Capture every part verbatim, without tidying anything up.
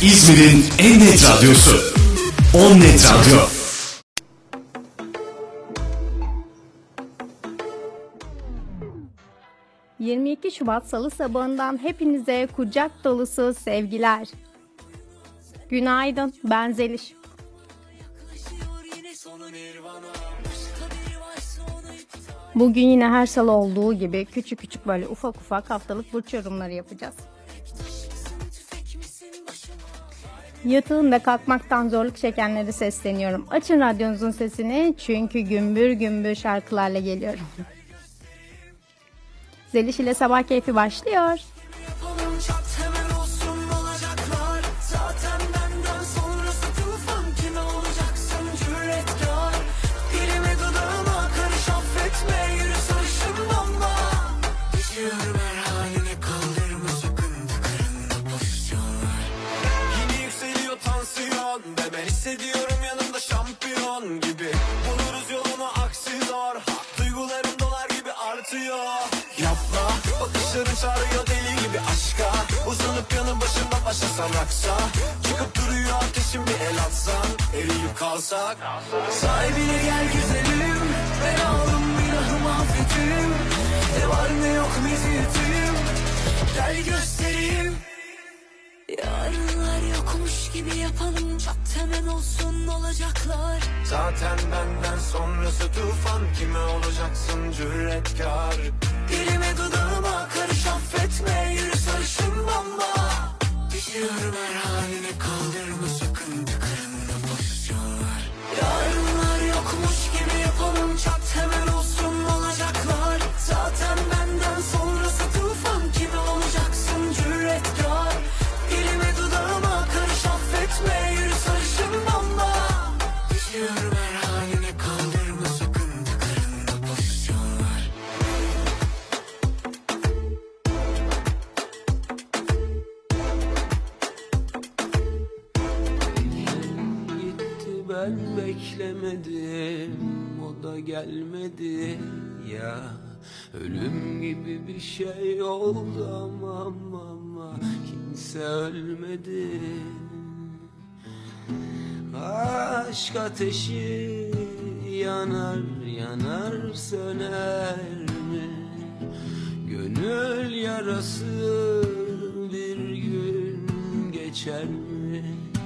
İzmir'in en net radyosu. On Net Radyo. yirmi iki Şubat Salı sabahından hepinize kucak dolusu sevgiler. Günaydın, ben Zeliş. Bugün yine her salı olduğu gibi küçük küçük böyle ufak ufak haftalık burç yorumları yapacağız. Yatağında kalkmaktan zorluk çekenlere sesleniyorum. Açın radyonuzun sesini çünkü gümbür gümbür şarkılarla geliyorum. Zeliş ile sabah keyfi başlıyor. Hissediyorum yanımda şampiyon gibi. Buluruz yolunu aksi zor. Duygularım dolar gibi artıyor. Yapma, bakışların çağırıyor deli gibi aşka. Uzanıp yanı başında başlasan aksa. Çıkıp duruyor ateşin bir el atsan. Eriyip kalsak. Sahibine gel güzelim. Ben aldım günahımı affetim. Ne var ne yok meziyetim. Gel göstereyim. Yarınlar yokmuş gibi yapalım. Çat hemen olsun olacaklar. Zaten benden sonrası tufan. Kime olacaksın cüretkar. Dilime dudağıma karış affetme. Yürü sarışın bomba. Düşüyorum her haline kaldırma sakın. Tıkırında pozisyon ver. Yarınlar yokmuş gibi yapalım. Çat hemen olsun olacaklar. Zaten benden sonrası tufan. Kime olacaksın cüretkar. Dilime dudağıma karış affetme. Yürü sarışın bomba. Düşüyorum her haline kaldırma sakın. Tıkırında pozisyon ver. Gitti ben beklemedim. O da gelmedi ya. Ölüm gibi bir şey oldu ama ama kimse ölmedi. Aşk ateşi yanar yanar söner mi? Gönül yarası bir gün geçer mi?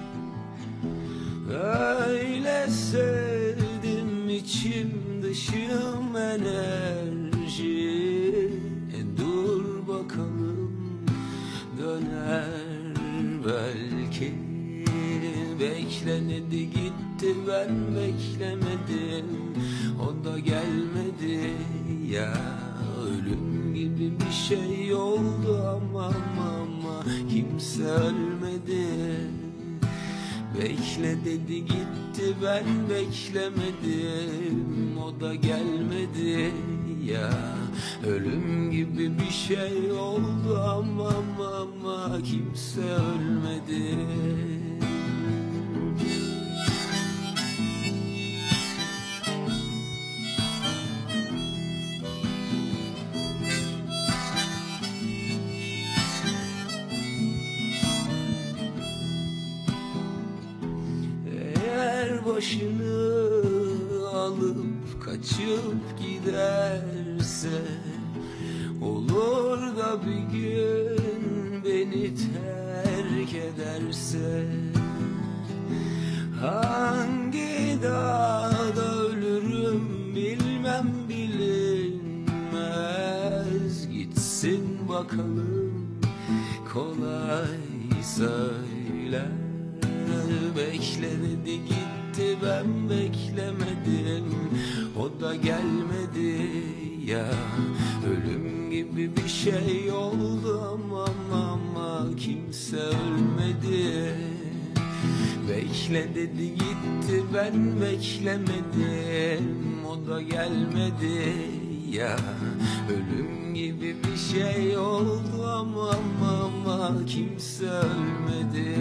Öyle sevdim içim dışım enerji. E dur bakalım döner belki. Beklenedi gitti ben beklemedim. O da gelmedi ya. Ölüm gibi bir şey oldu ama ama kimse ölmedi. Bekle dedi gitti ben beklemedim. O da gelmedi ya. Ölüm gibi bir şey oldu ama ama kimse ölmedi. Başını alıp kaçıp giderse, olur da bir gün beni terk ederse, hangi dağda ölürüm bilmem bilinmez. Gitsin bakalım kolay söyler. Bekle dedi gitti ben beklemedim. O da gelmedi ya. Ölüm gibi bir şey oldu ama ama kimse ölmedi. Bekle dedi gitti ben beklemedim. O da gelmedi ya. Ölüm gibi bir şey oldu ama ama, ama kimse ölmedi.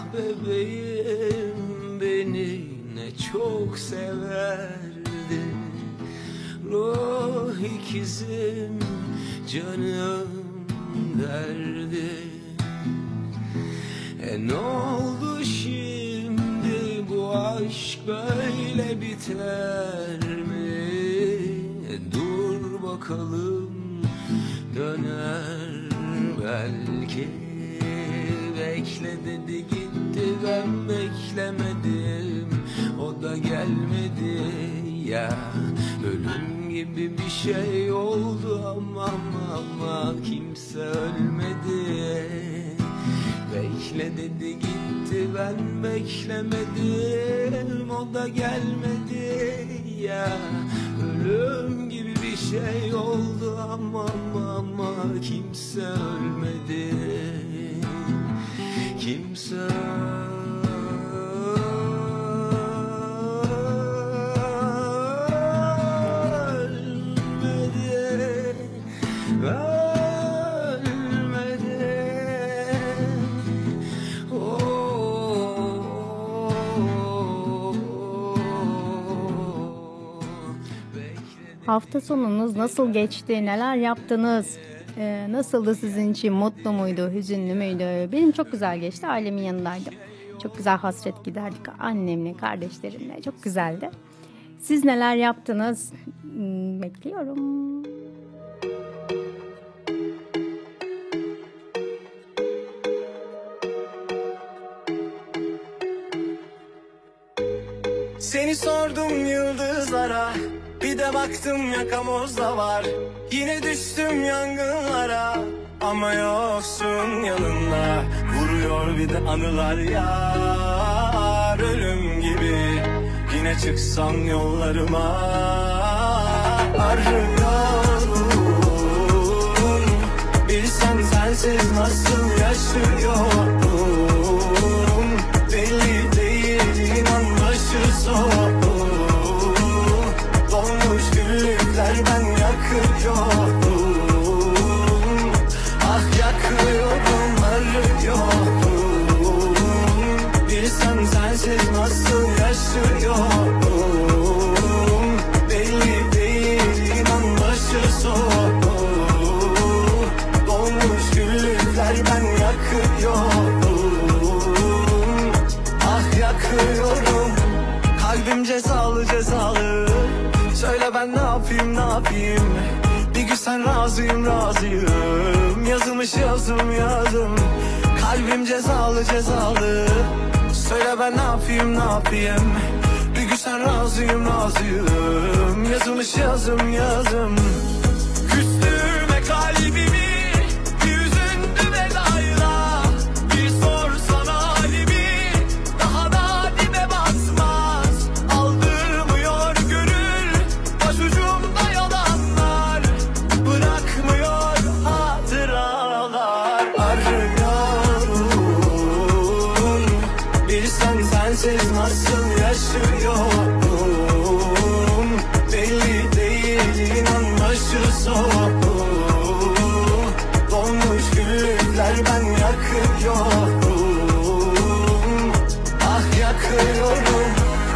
bebeğim beni ne çok severdi. Ruh ikizim canım derdi. E ne oldu şimdi bu aşk böyle biter mi? E dur bakalım döner belki. Bekle dedi gitti ben beklemedim. O da gelmedi ya. Ölüm gibi bir şey oldu ama ama kimse ölmedi. Bekle dedi gitti ben beklemedim. O da gelmedi ya. Ölüm gibi bir şey oldu ama ama kimse ölmedi. Kimse ölmedi. Hafta sonunuz nasıl geçti? Neler yaptınız? Ee, nasıldı sizin için? Mutlu muydu? Hüzünlü müydü? Benim çok güzel geçti. Ailemin yanındaydım. Çok güzel hasret giderdik. Annemle, kardeşlerimle. Çok güzeldi. Siz neler yaptınız? Hmm, bekliyorum. Seni sordum yıldızlara, bir de baktım yakamozda var. Yine düştüm yangınlara, ama yoksun yanımda. Vuruyor bir de anılar yar, ölüm gibi. Yine çıksam yollarıma arıyorum. Bilsen sensiz nasıl yaşıyorum. Belli değil inan başı soğuk. Donmuş güllükler ben yakıyorum. Ah yakıyorum arıyorum. Bilsen sensiz nasıl yaşıyorum. Belli değil inan başı soğuk. Donmuş güllükler ben yakıyorum. Ah yakıyorum. Kalbim cezalı cezalı. Söyle ben ne yapayım ne yapayım. Bir gün sen razıyım razıyım. Yazılmış yazım yazım. Kalbim cezalı cezalı. Söyle ben ne yapayım ne yapayım. Bir gün sen razıyım razıyım. Yazılmış yazım yazım. Küstürme kalbimi. Yüzündü vedayla. Bir sorsana halimi. Daha da dibe basmaz. Aldırmıyor gönül. Başucumda yalanlar. Bırakmıyor hatıralar. Arıyorum. Bilsen sensiz nasıl yaşıyorum. Belli değil inan başı soğuk. Donmuş güllükler ben yakıyorum. Ah yakıyorum.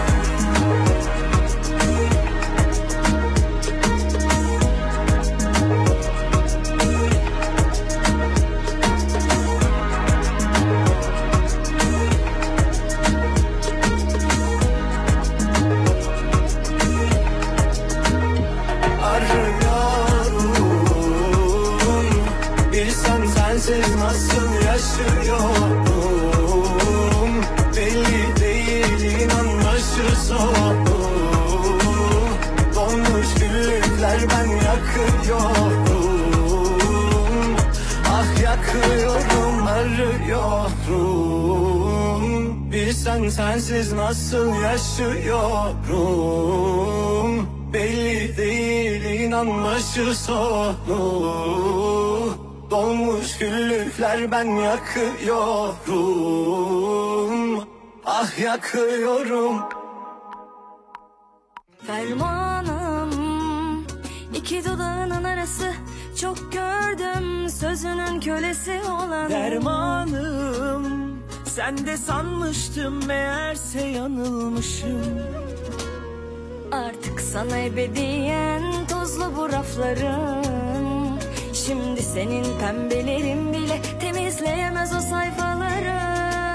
Arıyorum. Bilsen sensiz nasıl yaşıyorum. Belli değil inan başı soğuk. Donmuş güllükler ben yakıyorum. Ah yakıyorum arıyorum. Bilsen sensiz nasıl yaşıyorum. Belli değil inan başı sonu. Dolmuş güllükler ben yakıyorum. Ah yakıyorum. Fermanım iki dudağının arası. Çok gördüm sözünün kölesi olan. Dermanım Sen de sanmıştım meğerse yanılmışım. Artık sana ebediyen tozlu bu raflarım. Şimdi senin pembelerin bile temizleyemez o sayfaları.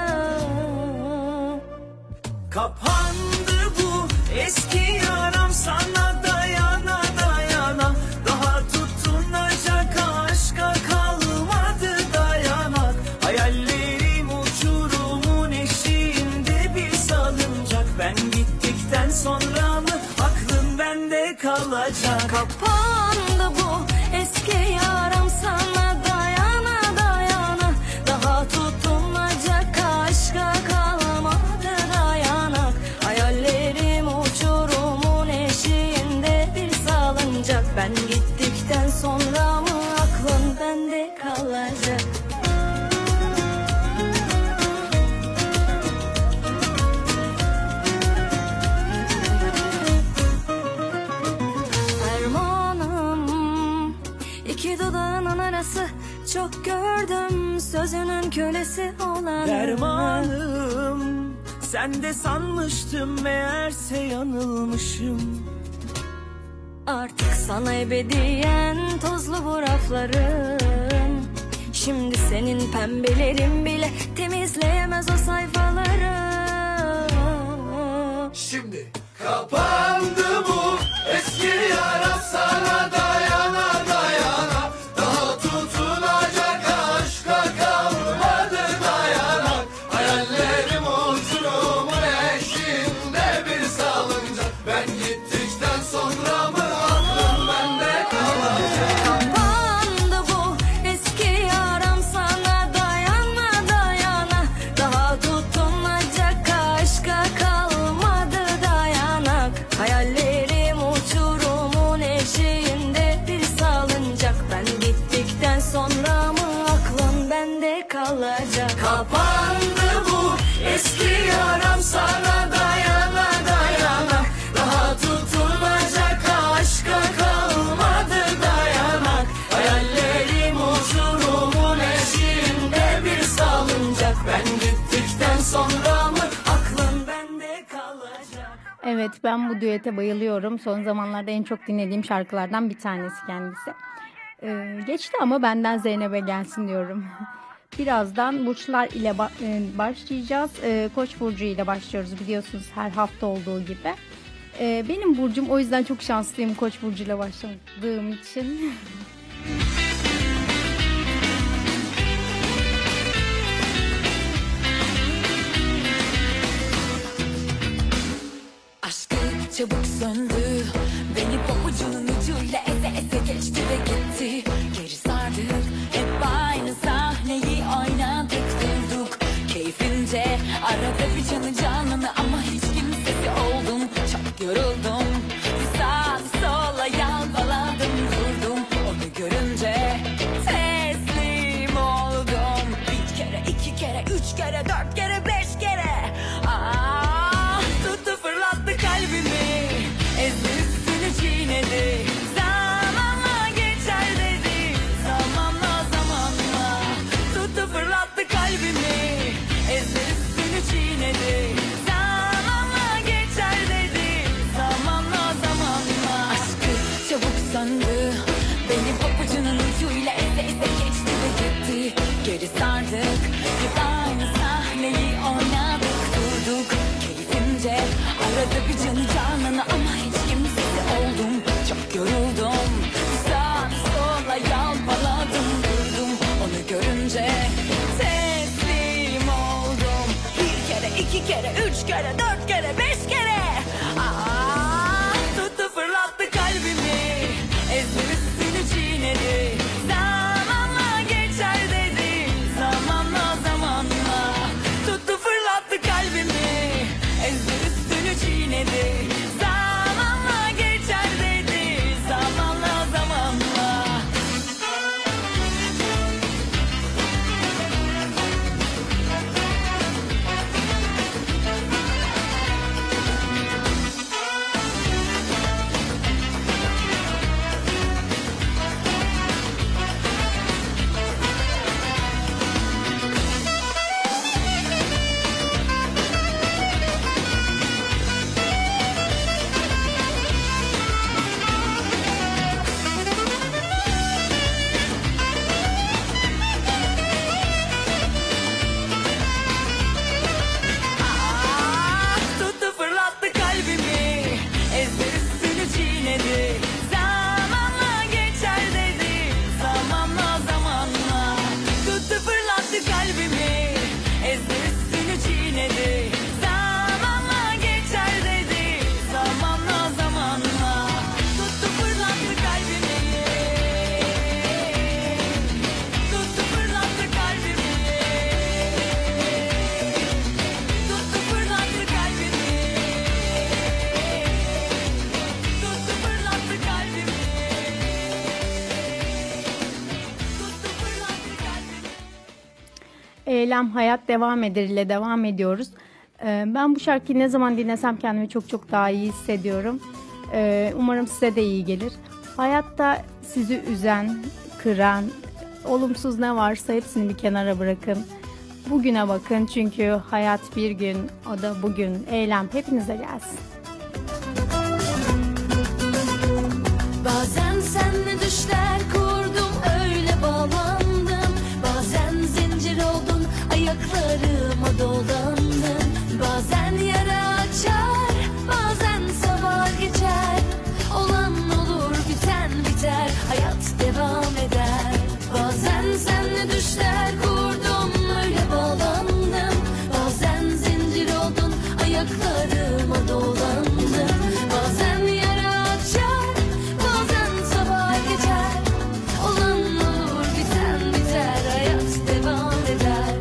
Kapandı bu eski yaram, sana dayana dayana. Daha tutunacak aşka kalmadı dayanak. Hayallerim uçurumun eşiğinde bir salıncak. Ben gittikten sonra mı aklın bende kalacak? Kapandı bu eski yaram, sana dayana dayana. Daha tutunacak aşka kalmadı dayanak. Hayallerim uçurumun eşiğinde bir salıncak. Ben gittikten sonra mı aklın bende kalacak? Fermanım iki dudağının arası, çok gördüm sözünün kölesi olan. Dermanım, sen de sanmıştım meğerse yanılmışım. Artık sana ebediyen tozlu bu raflarım. Şimdi senin pembelerin bile temizleyemez o sayfaları. Şimdi kapandı bu eski yara, sana dayana dayana. Daha tutunacak aşka kalmadı dayanak. Hayallerim uçurumun eşiğinde bir salıncak. Ben gittikten sonra mı aklım bende kalacak? Kapandı bu eski yaram, sana dayana dayana. Daha tutunacak aşka kalmadı dayanak. Hayallerim uçurumun eşiğinde bir salıncak. Ben gittikten sonra mı aklın bende kalacak? Kapandı bu eski yaram, sana dayana dayana. Daha tutunacak aşka kalmadı dayanak. Hayallerim uçurumun eşiğinde bir salıncak. Ben gittikten sonra mı aklın bende kalacak? Evet, ben bu düete bayılıyorum. Son zamanlarda en çok dinlediğim şarkılardan bir tanesi kendisi. Ee, geçti ama benden Zeynep'e gelsin diyorum. Birazdan burçlar ile ba- e, başlayacağız. Ee, Koç burcu ile başlıyoruz biliyorsunuz, her hafta olduğu gibi. Ee, benim burcum, o yüzden çok şanslıyım Koç burcu ile başladığım için. Aşkı çabuk söndü, beni pabucunun ucuyla eze eze geçti ve gitti. Geri sardık, hep aynı sahneyi oynadık durduk. Keyfince arada bir canı canını, ama hiç kimsesi oldum. Çok yoruldum, bir sağa bir sola yalpaladım durdum. Onu görünce teslim oldum. Bir kere, iki kere, üç kere, dört kere, beş kere. Aa, tuttu fırlattı kalbimi, ezdi üstünü çiğnedi. Zamanla geçer dedi, zamanla zamanla. Tuttu fırlattı kalbimi, ezdi üstünü çiğnedi. Zamanla geçer dedi, zamanla zamanla. Aşkı çabuk söndü, beni pabucunun ucuyla eze eze geçti ve gitti. Geri sardık, hep aynı sahneyi oynadık durduk. Keyfince arada bir canı canını, ama hiç kimsesi oldum. Çok yoruldum, sağa sola yalpaladım durdum. Onu görünce teslim oldum. Bir kere, iki kere, üç kere, dört kere, beş kere. Aa, tuttu fırlattı kalbimi, ezdi üstünü çiğnedi. Zamanla geçer dedi, zamanla zamanla. Tuttu fırlattı kalbimi, ezdi üstünü çiğnedi. Zamanla geçer dedi, zamanla zamanla. Eylem Hayat Devam Eder ile devam ediyoruz. Ee, ben bu şarkıyı ne zaman dinlesem kendimi çok çok daha iyi hissediyorum. Ee, umarım size de iyi gelir. Hayatta sizi üzen, kıran, olumsuz ne varsa hepsini bir kenara bırakın. Bugüne bakın çünkü hayat bir gün, o da bugün. Eylem hepinize gelsin. Bazen senle düşler kurdum, öyle bağlandım. Bazen zincir oldun, ayaklarıma dolandın. Bazen yara açar, bazen sabah geçer. Olan olur, biten biter, hayat devam eder. Bazen senle düşler kurdum, öyle bağlandım. Bazen zincir oldun, ayaklarıma dolandın. Bazen yara açar, bazen sabah geçer. Olan olur, biten biter, hayat devam eder.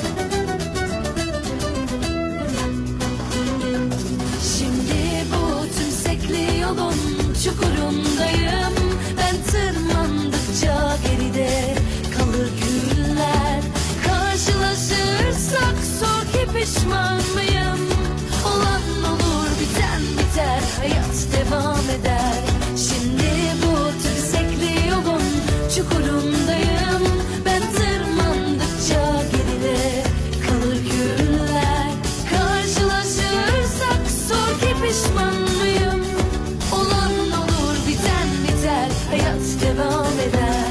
Şimdi bu tümsekli yolun çukurundayım. Ben tırmandıkça geride kalır günler. Karşılaşırsak sor ki pişman mıyım? Olan olur, biten biter, hayat devam eder. Şimdi bu tümsekli yolun çukurundayım. Ben tırmandıkça geride kalır günler. Karşılaşırsak sor ki pişman mıyım? Olan olur, biten biter, hayat devam eder.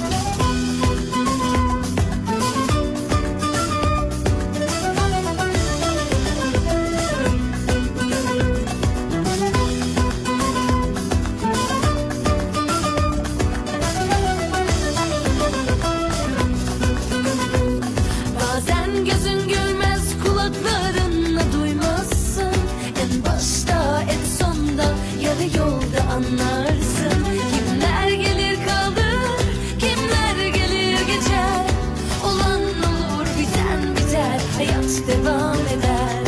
Bazen gözün gülmez, kulaklarınla duymazsın. En başta en sonda, yarı yolda anlarsın. Kimler gelir kalır, kimler gelir geçer. Olan olur, biten biter, hayat devam eder.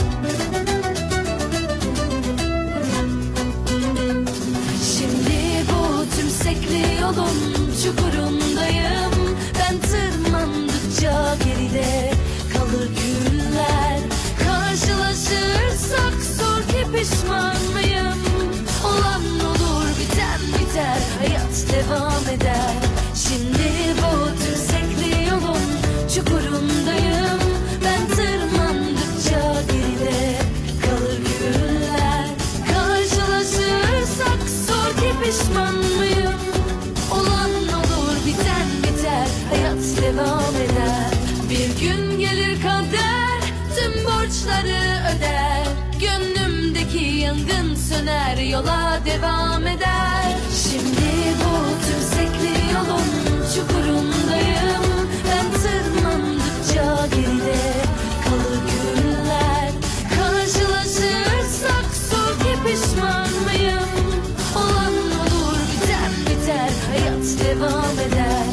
Şimdi bu tümsekli yolun çukurundayım. Ben tırmandıkça geride kalır günler. Karşılaşırsak sor ki pişman mıyım? Olan olur, biten biter, hayat devam eder. Şimdi bu tümsekli yolun çukurundayım. Ben tırmandıkça geride kalır günler. Karşılaşırsak sor ki pişman mıyım? Olan olur, biten biter, hayat devam eder. Bir gün gelir kader, tüm borçları öder. Gönlümdeki yangın söner, yola devam eder. Şimdi bu tümsekli yolun çukurundayım. Ben tırmandıkça geride kalır günler. Karşılaşırsak sor ki pişman mıyım? Olan olur, biten biter, hayat devam eder.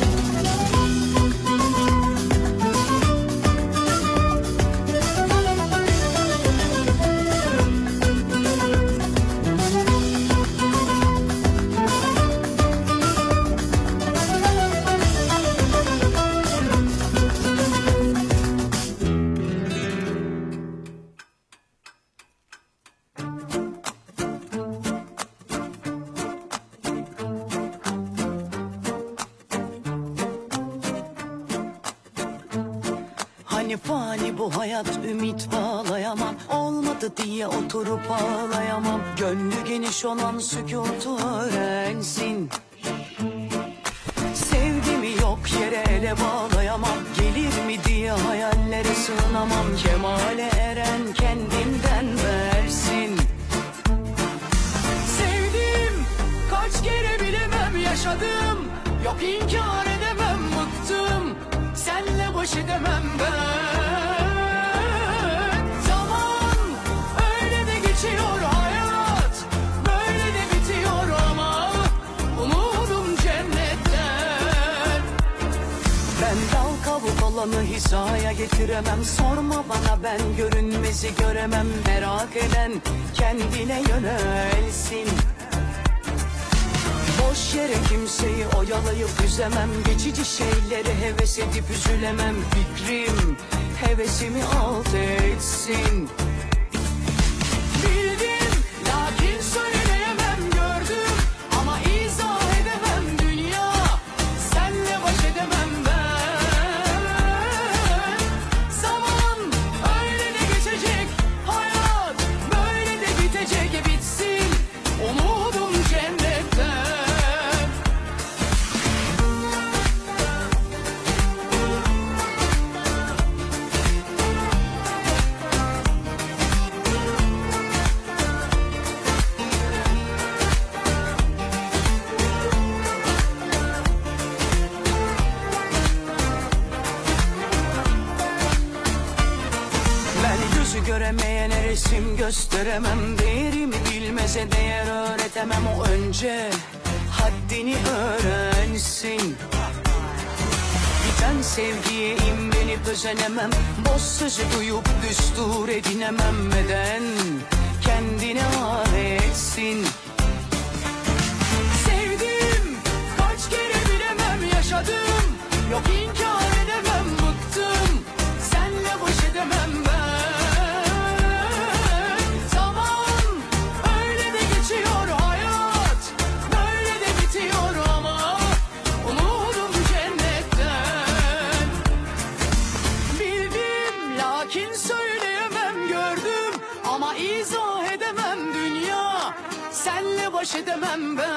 Hani fani bu hayat, ümit bağlayamam. Olmadı diye oturup ağlayamam. Gönlü geniş olan sükutu öğrensin. Sevgimi yok yere ele bağlayamam. Gelir mi diye hayallere sığınamam. Kemale eren kendinden versin. Sevdim kaç kere bilemem, yaşadım. Yok inkar edemem, bıktım. Senle baş edemem ben. Zaman öyle de geçiyor hayat, böyle de bitiyor ama umudum cennetten. Ben dal kavuk olanı hizaya getiremem. Sorma bana, ben görünmezi göremem. Merak eden kendine yönelsin. Boş yere kimseyi oyalayıp üzemem, geçici şeyleri heves edip üzülemem. Fikrim hevesimi alt etsin. Bildim lakin söyleyemem, gördüm ama izah edemem. Dünya senle baş edemem ben. Zaman öyle de geçecek, hayat böyle de bitecek. Bitsin umudum cennetten. Göremeyene resim gösteremem, değerimi bilmeze değer öğretemem. O önce haddini öğrensin. Biten sevgiye imrenip özenemem, boş sözü duyup düstur edinemem. Neden kendine var etsin. Sevdim kaç kere bilemem, yaşadım yok inkar edemem. Bıktım senle baş edemem ben. Senle baş edemem ben.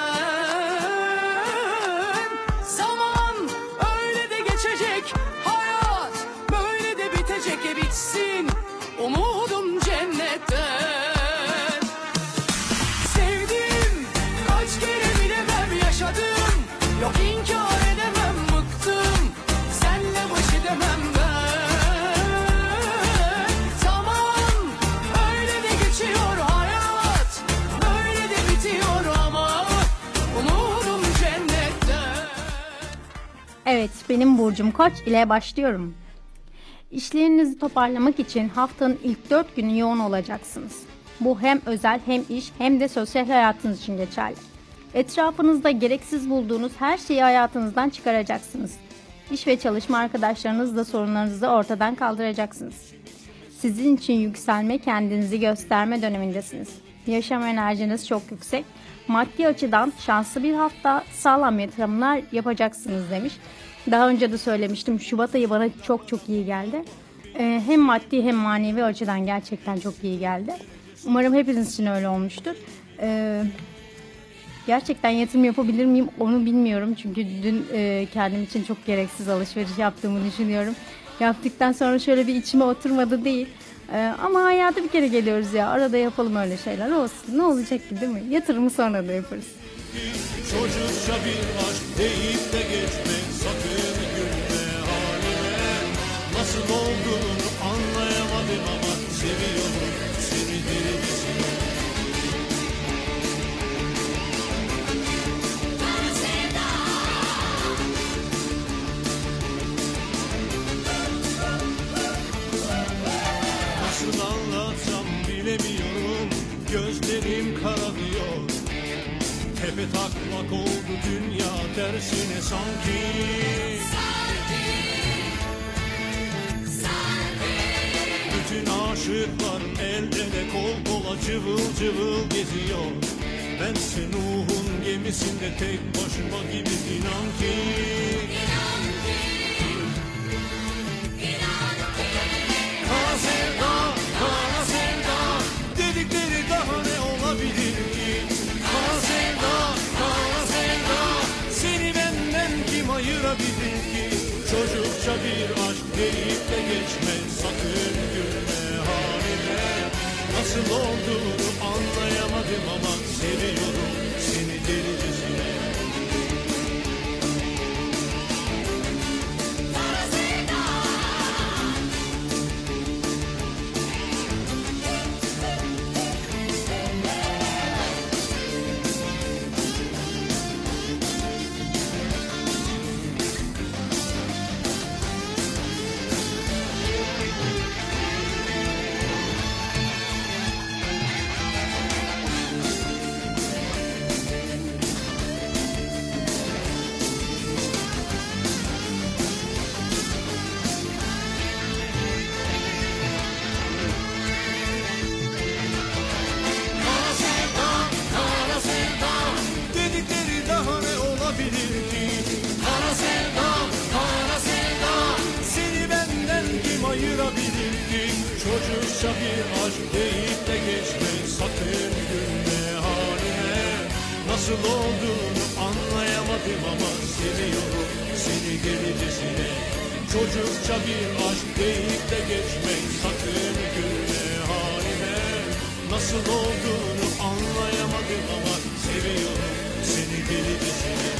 Zaman öyle de geçecek, hayat böyle de bitecek. E bitsin umudum cennetten. Sevdim kaç kere bilemem, yaşadım yok inkar edemem. Bıktım senle baş edemem ben. Zaman öyle de geçiyor, hayat böyle de bitiyor ama umudum cennetten. Evet, benim burcum Koç ile başlıyorum. İşlerinizi toparlamak için haftanın ilk dört günü yoğun olacaksınız. Bu hem özel hem iş hem de sosyal hayatınız için geçerli. Etrafınızda gereksiz bulduğunuz her şeyi hayatınızdan çıkaracaksınız. İş ve çalışma arkadaşlarınızla sorunlarınızı ortadan kaldıracaksınız. Sizin için yükselme, kendinizi gösterme dönemindesiniz. Yaşam enerjiniz çok yüksek. Maddi açıdan şanslı bir hafta, sağlam yatırımlar yapacaksınız demiş. Daha önce de söylemiştim, Şubat ayı bana çok çok iyi geldi. Ee, hem maddi hem manevi açıdan gerçekten çok iyi geldi. Umarım hepiniz için öyle olmuştur. Ee, gerçekten yatırım yapabilir miyim onu bilmiyorum. Çünkü dün e, kendim için çok gereksiz alışveriş yaptığımı düşünüyorum. Yaptıktan sonra şöyle bir içime oturmadı değil. Ee, ama hayata bir kere geliyoruz ya. Arada yapalım öyle şeyler, olsun. Ne olacak ki değil mi? Yatırımı sonra da yaparız. Çocukça bir aşk deyip de geçme, sakın gülme halime. Nasıl olduğunu anlayamadım ama seviyorum seni deli misin? Nasıl anlatsam bilemiyorum, gözlerim kararıyor. Tepe taklak oldu dünya tersine sanki. Sanki, sanki. Bütün aşıklar el ele kol kola cıvıl cıvıl geziyor. Bense Nuh'un gemisinde tek başıma gibi, inan ki. İnan ki, inan ki. Kara sevda, kara sevda dedikleri daha ne olabilir ki? Kara sevda, kara sevda, seni benden kim ayırabilir ki? Çocukça bir aşk deyip de geçme, sakın gülme haline. Nasıl olduğunu anlayamadım ama seviyorum seni delicesine. Kara sevda. Çocukça bir aşk deyip de geçme, sakın gülme halime. Nasıl olduğunu anlayamadım ama seviyorum seni delicesine. Çocukça bir aşk deyip de geçme, sakın gülme halime. Nasıl olduğunu anlayamadım ama seviyorum seni delicesine.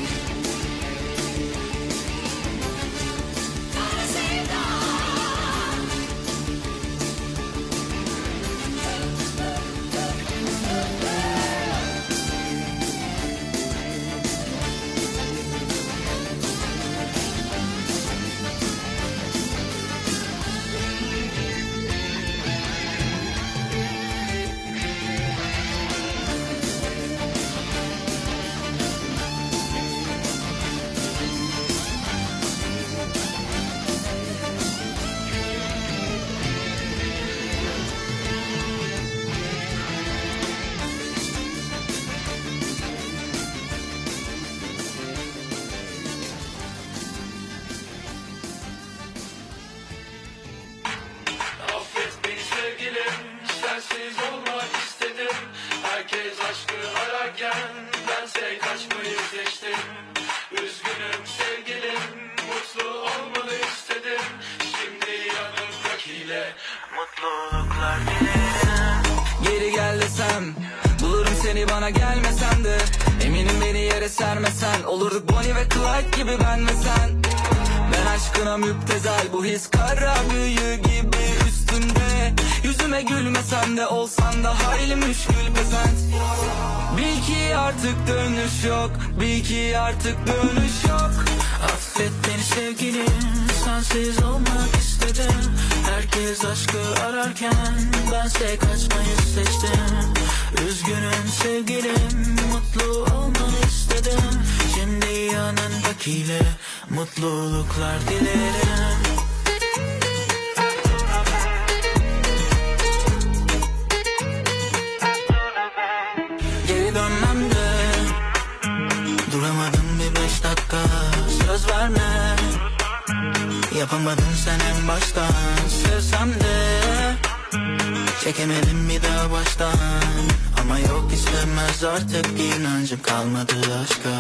Geri gel desem, bulurum seni bana gelmesen de. Eminim beni yere sermesen, olurduk Bonnie ve Clyde gibi ben ve sen. Ben aşkına müptezel, bu his kara büyü gibi üstümde. Yüzüme gülmesen de olsan da hayli müşkül pesent. Bil ki artık dönüş yok, bil ki artık dönüş yok. Affet beni sevgilim, sensiz olmak istedim. Herkes aşkı ararken bense kaçmayı seçtim. Üzgünüm sevgilim, mutlu olmanı istedim. Şimdi yanındakiyle mutluluklar dilerim. Geri dönmem de duramadım bir beş dakika. Söz verme, yapamadın sen en baştan. Sevsem de çekemedim bir daha baştan. Ama yok istemez artık, inancım kalmadı aşka.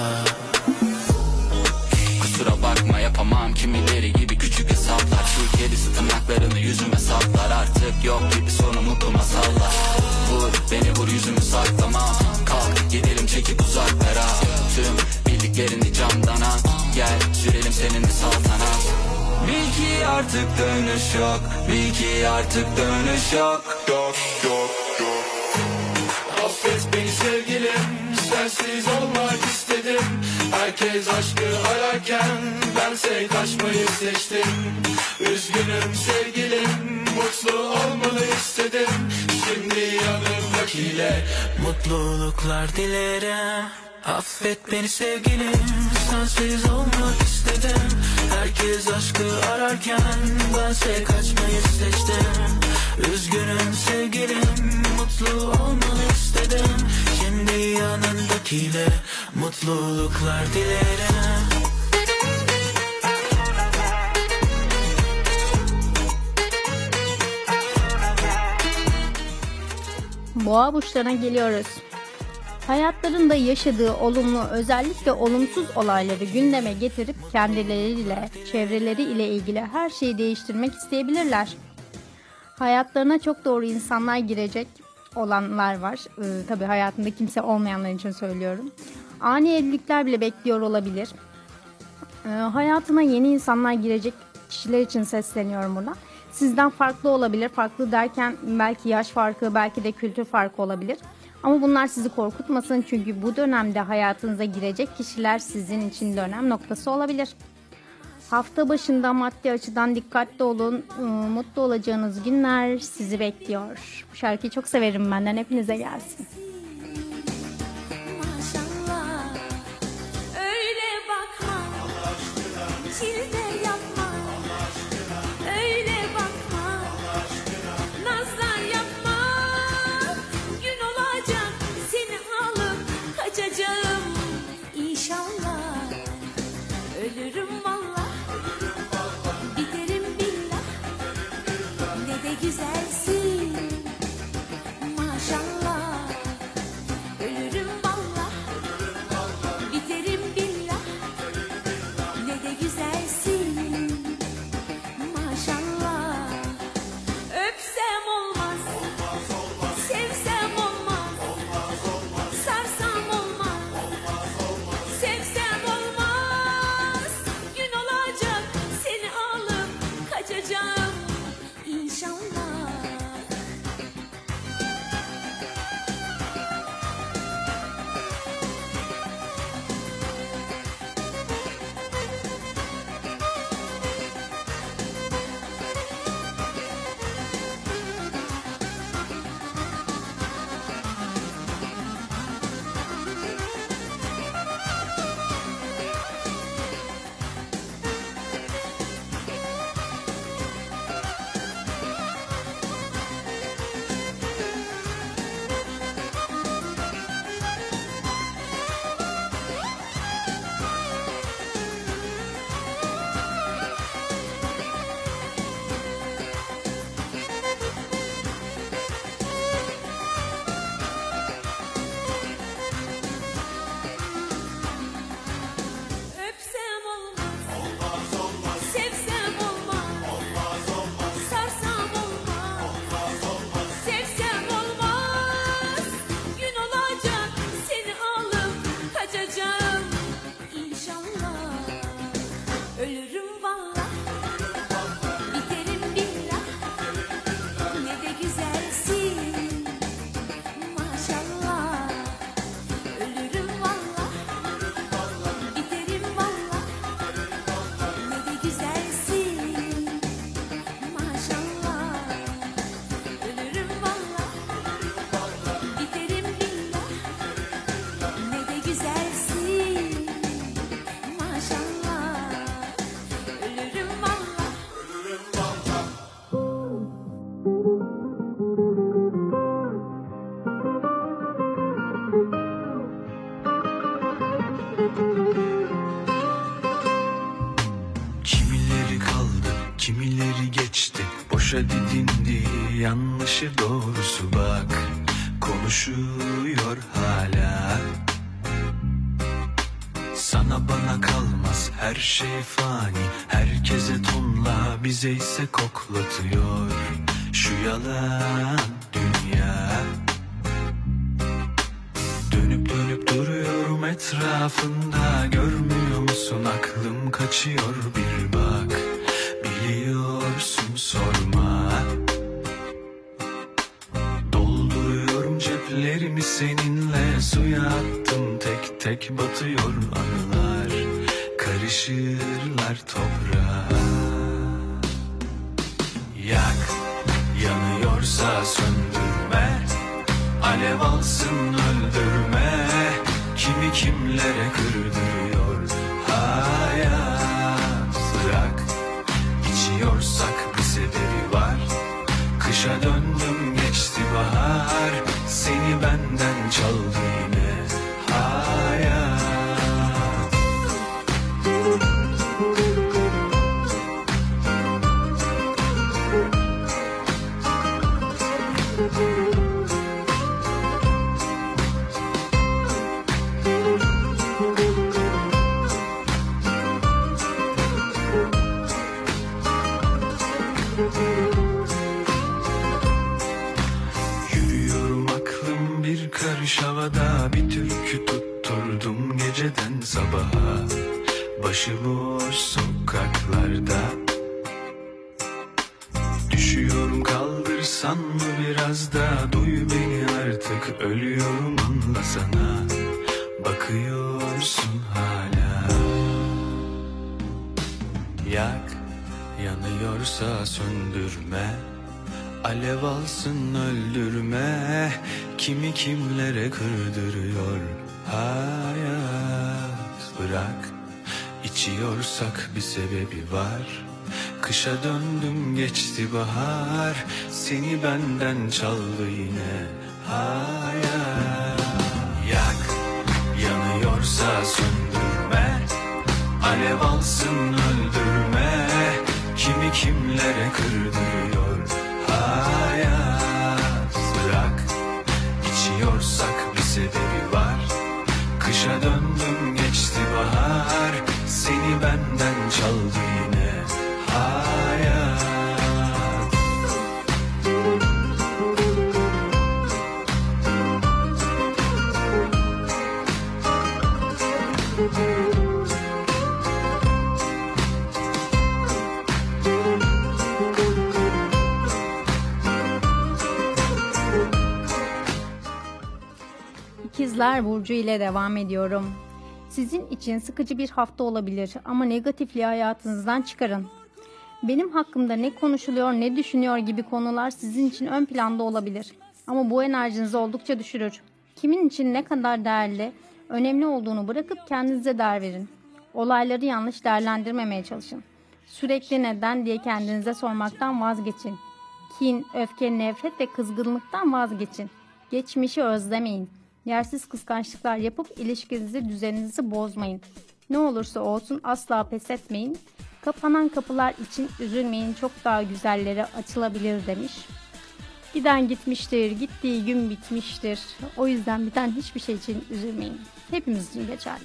Kusura bakma yapamam kimileri gibi küçük hesaplar. Şu kedisi tırnaklarını yüzüme saplar. Artık yok gibi sonu mutlu masallar. Vur beni vur yüzümü saklamam. Kalk gidelim çekip uzaklara. Tüm bildiklerini camdan al. Gel sürelim seninle saltanat. Bil ki artık dönüş yok, bil ki artık dönüş yok. Yok yok yok. Affet beni sevgilim, sensiz olmak istedim. Herkes aşkı ararken bense kaçmayı seçtim. Üzgünüm sevgilim, mutlu olmanı istedim. Şimdi yanımdakiyle mutluluklar dilerim. Affet beni sevgilim, sensiz olmak istedim. Herkes aşkı ararken bense kaçmayı seçtim. Üzgünüm sevgilim, mutlu olmanı istedim. Şimdi yanındakiyle mutluluklar dilerim. Boğa burçlarına geliyoruz. Hayatlarında yaşadığı olumlu, özellikle olumsuz olayları gündeme getirip kendileriyle, çevreleri ile ilgili her şeyi değiştirmek isteyebilirler. Hayatlarına çok doğru insanlar girecek olanlar var. Ee, tabii hayatında kimse olmayanlar için söylüyorum. Ani evlilikler bile bekliyor olabilir. Ee, hayatına yeni insanlar girecek kişiler için sesleniyorum buradan. Sizden farklı olabilir. Farklı derken belki yaş farkı, belki de kültür farkı olabilir. Ama bunlar sizi korkutmasın, çünkü bu dönemde hayatınıza girecek kişiler sizin için dönem noktası olabilir. Hafta başında maddi açıdan dikkatli olun, mutlu olacağınız günler sizi bekliyor. Bu şarkıyı çok severim, benden hepinize gelsin. Maşallah, öyle bakma, çile yapma, öyle bakma, nazar yapma. Gün olacak seni alıp kaçacağım İnşallah. Ölürüm vallahi, biterim billah, ne de güzel ileri geçti, boşa didindi, yanlışı doğrusu bak, konuşuyor hala. Sana bana kalmaz her şey fani, herkese tonla, bize ise koklatıyor şu yalan dünya. Dönüp dönüp duruyorum etrafında, görmüyor musun aklım kaçıyor, bir bak, biliyorsun sorma. Dolduruyorum ceplerimi seninle, suya attım tek tek batıyor anılar, karışırlar toprağa. Yak, yanıyorsa söndürme, alev alsın öldürme, kimi kimlere kırdırıyor hayat. Bırak, içiyorsak bir sebebi var, kışa döndüm geçti bahar, seni benden çaldı yine hayat. Yürüyorum aklım bir karış havada, bir türkü tutturdum geceden sabaha, başıboş sokaklarda. Düşüyorum kaldırsan mı biraz da, duy beni artık ölüyorum anlasana, bakıyorsun hala. Yak, yanıyorsa söndürme, alev alsın öldürme, kimi kimlere kırdırıyor hayat. Bırak, içiyorsak bir sebebi var, kışa döndüm geçti bahar, seni benden çaldı yine hayat. Yak, yanıyorsa söndürme, alev alsın öldürme, kimi kimlere kırdırıyor hayat. Bırak, içiyorsak bir sebebi var, kışa döndüm geçti bahar, seni benden çaldı yine hayat. İkizler Burcu ile devam ediyorum. Sizin için sıkıcı bir hafta olabilir ama negatifliği hayatınızdan çıkarın. Benim hakkımda ne konuşuluyor, ne düşünüyor gibi konular sizin için ön planda olabilir. Ama bu enerjinizi oldukça düşürür. Kimin için ne kadar değerli, önemli olduğunu bırakıp kendinize değer verin. Olayları yanlış değerlendirmemeye çalışın. Sürekli neden diye kendinize sormaktan vazgeçin. Kin, öfke, nefret ve kızgınlıktan vazgeçin. Geçmişi özlemeyin. Yersiz kıskançlıklar yapıp ilişkinizi, düzeninizi bozmayın. Ne olursa olsun asla pes etmeyin. Kapanan kapılar için üzülmeyin. Çok daha güzelleri açılabilir demiş. Giden gitmiştir, gittiği gün bitmiştir. O yüzden biten hiçbir şey için üzülmeyin. Hepimiz için geçerli.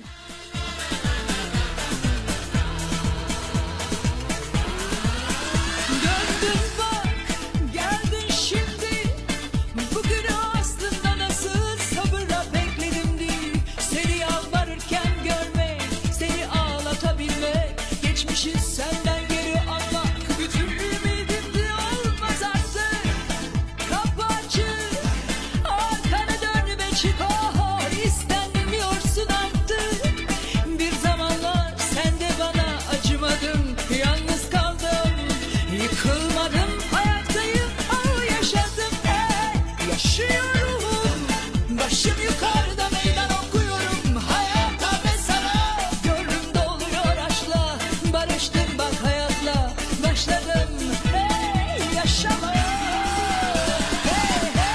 Senden geri almak bütün ümidimdi, olmaz artık. Kapı açık, arkana dön ve çık. Oh, istenmiyorsun artık. Bir zamanlar sen de bana acımadın, yalnız kaldım, yıkılmadım, hayattayım, oh yaşadım, hey, yaşıyorum. Başım yukarıda meydan okuyorum hayata ve sana. Gönlüm doluyor aşkla, barıştım bak hayatla, başladım hey yaşamaya. Hey, hey.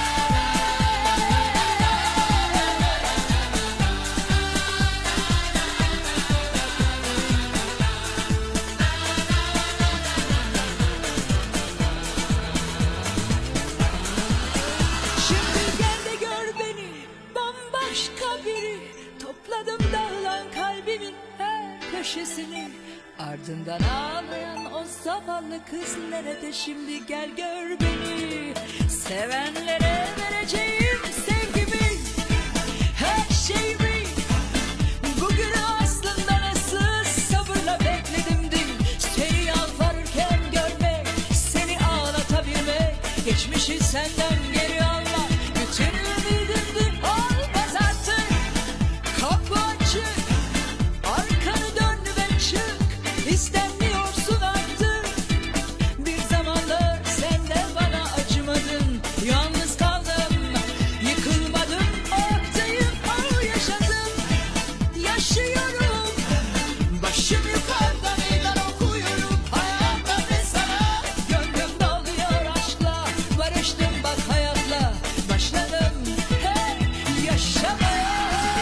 zavallı kız nerede şimdi, gel gör beni. Sevenlere vereceğim sevgimi, her şeyimi. Bugünü aslında nasıl sabırla bekledim dün. Seni yalvarırken görmek, seni ağlatabilmek, geçmişi senden geri almak, bütün ümidimdi olmaz artık. Kapı açık, arkanı dön ve çık, İstemiyorsun artık. Bir zamanlar sen de bana acımadın, yalnız kaldım, yıkılmadım, ayaktayım, o yaşadım, yaşıyorum. Başım yukarıda meydan okuyorum hayata ve sana. Gönlüm doluyor aşkla, barıştım bak hayatla, başladım hey yaşamaya.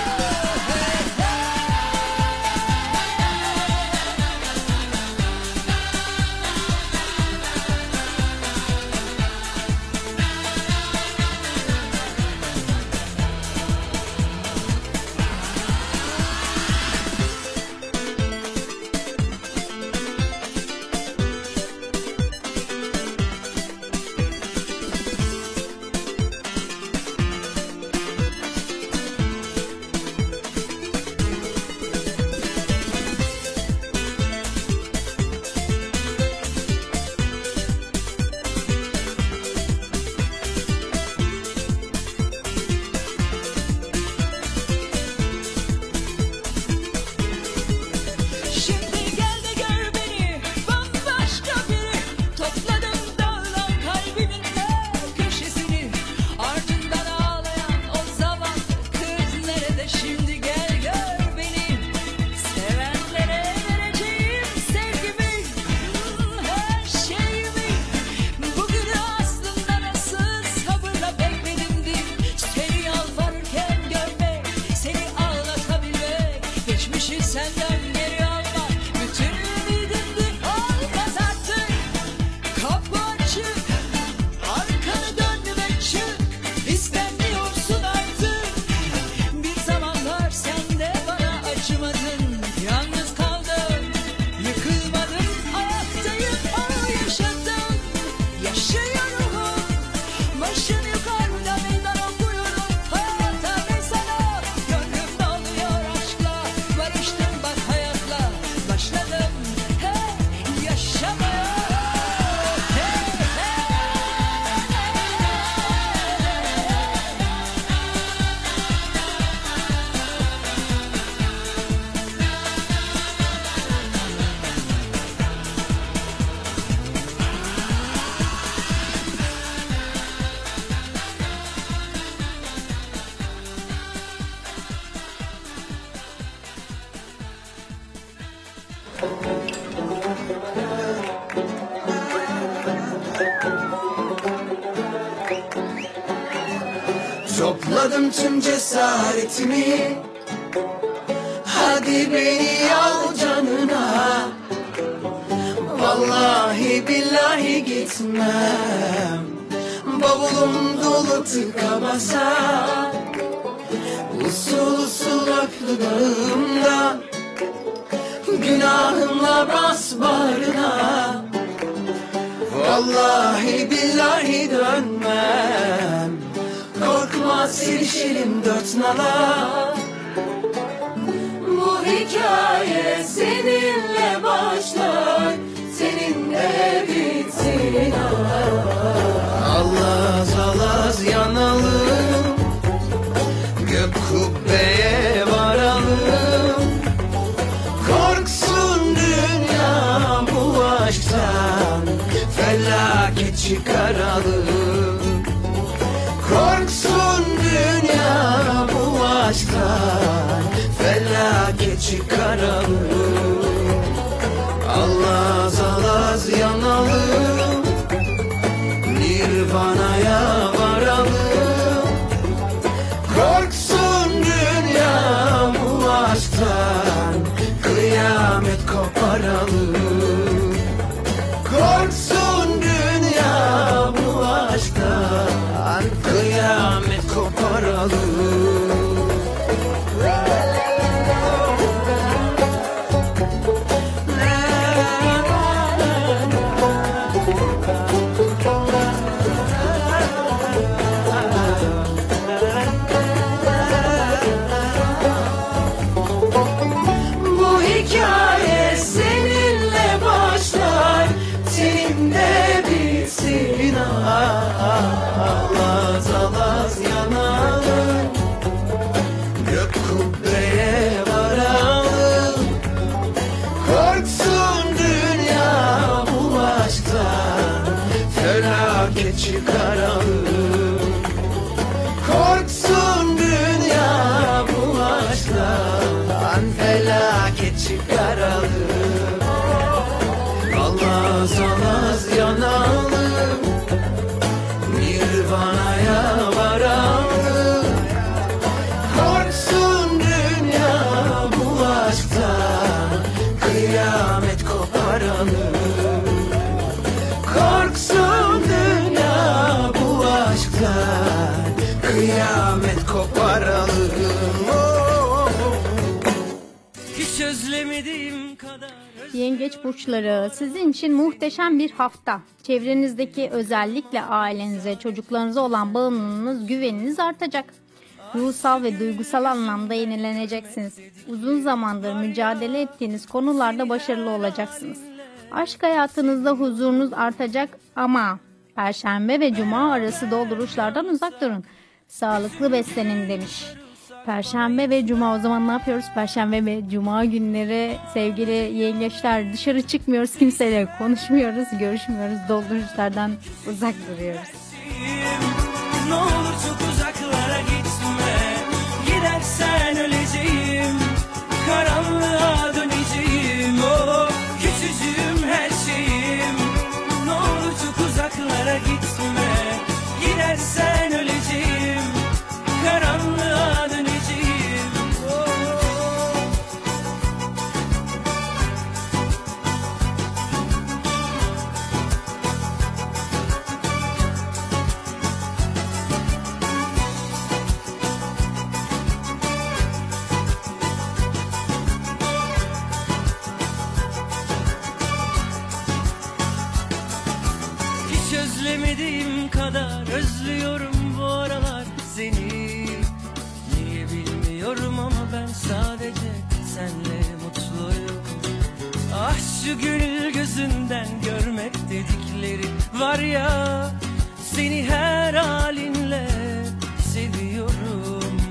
Şimdi gel de gör beni, bambaşka biri. Topladım dağılan kalbimin her köşesini. Ardından ağlayan o zavallı kız nerede şimdi, gel gör beni. Sevenlere vereceğim sevgimi, her şeyimi. Bugünü aslında nasıl sabırla bekledim dün. Seni yalvarırken görmek, seni ağlatabilmek, geçmişi senden geri almak, bütün ümidimdi olmaz artık. Kapı açık, arkanı dön ve çık, İstemiyorsun artık. Bir zamanlar sen de bana acımadın, yalnız kaldım, yıkılmadım, ayaktayım, o yaşadım, yaşıyorum. Başım yukarıda meydan okuyorum hayata ve sana. Gönlüm doluyor aşkla, barıştım bak hayatla, başladım hey yaşamaya. Hey, Topladım tüm cesaretimi, hadi beni al canına. Vallahi billahi gitmem, bavulum dolu tıka basa. Usul usul öp dudağımdan, günahımla bas bağrına. Vallahi billahi dönmem, korkma silişelim dört nala. Bu hikaye seninle başlar, seninle bitsin. Allaz allaz yanalım, gök kubbeye varalım. Korksun dünya bu aşktan, felaket çıkaralım. Korksun dünya bu aşktan, felaket çıkaralım. Allaz allaz yanalım, Nirvana'ya varalım. Korksun dünya bu aşktan, kıyamet koparalım. Korksun dünya bu aşktan, kıyamet koparalım. La la la la. Bu hikaye seninle başlar, tenimde bitsin. Ağlaz ağlaz yanalım, gök kubbeye varalım. Korksun dünya bu aşktan, felaket çıkaralım. Korksun dünya bu aşktan, felaket çıkaralım. Alaz alaz yanalım, Nirvana'ya varalım. Korksun dünya bu aşktan, kıyamet koparalım. Korksun dünya bu aşktan, kıyamet koparalım. Oh, oh, oh. Hiç özlemediğim kadar. Yengeç burçları, sizin için muhteşem bir hafta. Çevrenizdeki, özellikle ailenize, çocuklarınıza olan bağımlılığınız, güveniniz artacak. Ruhsal ve duygusal anlamda yenileneceksiniz. Uzun zamandır mücadele ettiğiniz konularda başarılı olacaksınız. Aşk hayatınızda huzurunuz artacak ama Perşembe ve Cuma arası dolduruşlardan uzak durun. Sağlıklı beslenin demiş. Perşembe ve Cuma, o zaman ne yapıyoruz? Perşembe ve Cuma günleri sevgili yengeçler dışarı çıkmıyoruz, kimseyle konuşmuyoruz, görüşmüyoruz, dolduruşlardan uzak duruyoruz. Ne olur çok uzaklara gitme, gidersen öleceğim, karanlığa döneceğim. O küçücüğüm her şeyim. Ne olur çok uzaklara gitme, gidersen öleceğim, karanlığa döneceğim. Hiç özlemediğim kadar özlüyorum bu aralar seni. Niye bilmiyorum ama ben sadece senle mutluyum. Ah şu gönül gözünden görmek dedikleri var ya, seni her halinle seviyorum.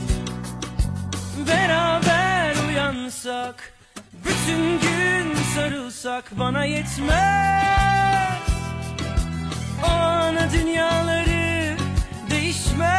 Beraber uyansak, bütün gün sarılsak bana yetmez. O ana dünyaları değişmem.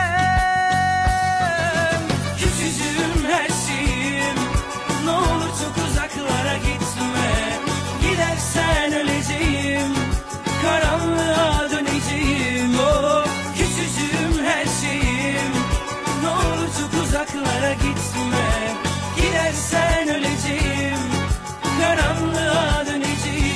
Küçücüğüm her şeyim. Ne olur çok uzaklara gitme, gidersen öleceğim, karanlığa döneceğim. O küçücüğüm her şeyim. Ne olur çok uzaklara gitme, gidersen öleceğim, karanlığa döneceğim.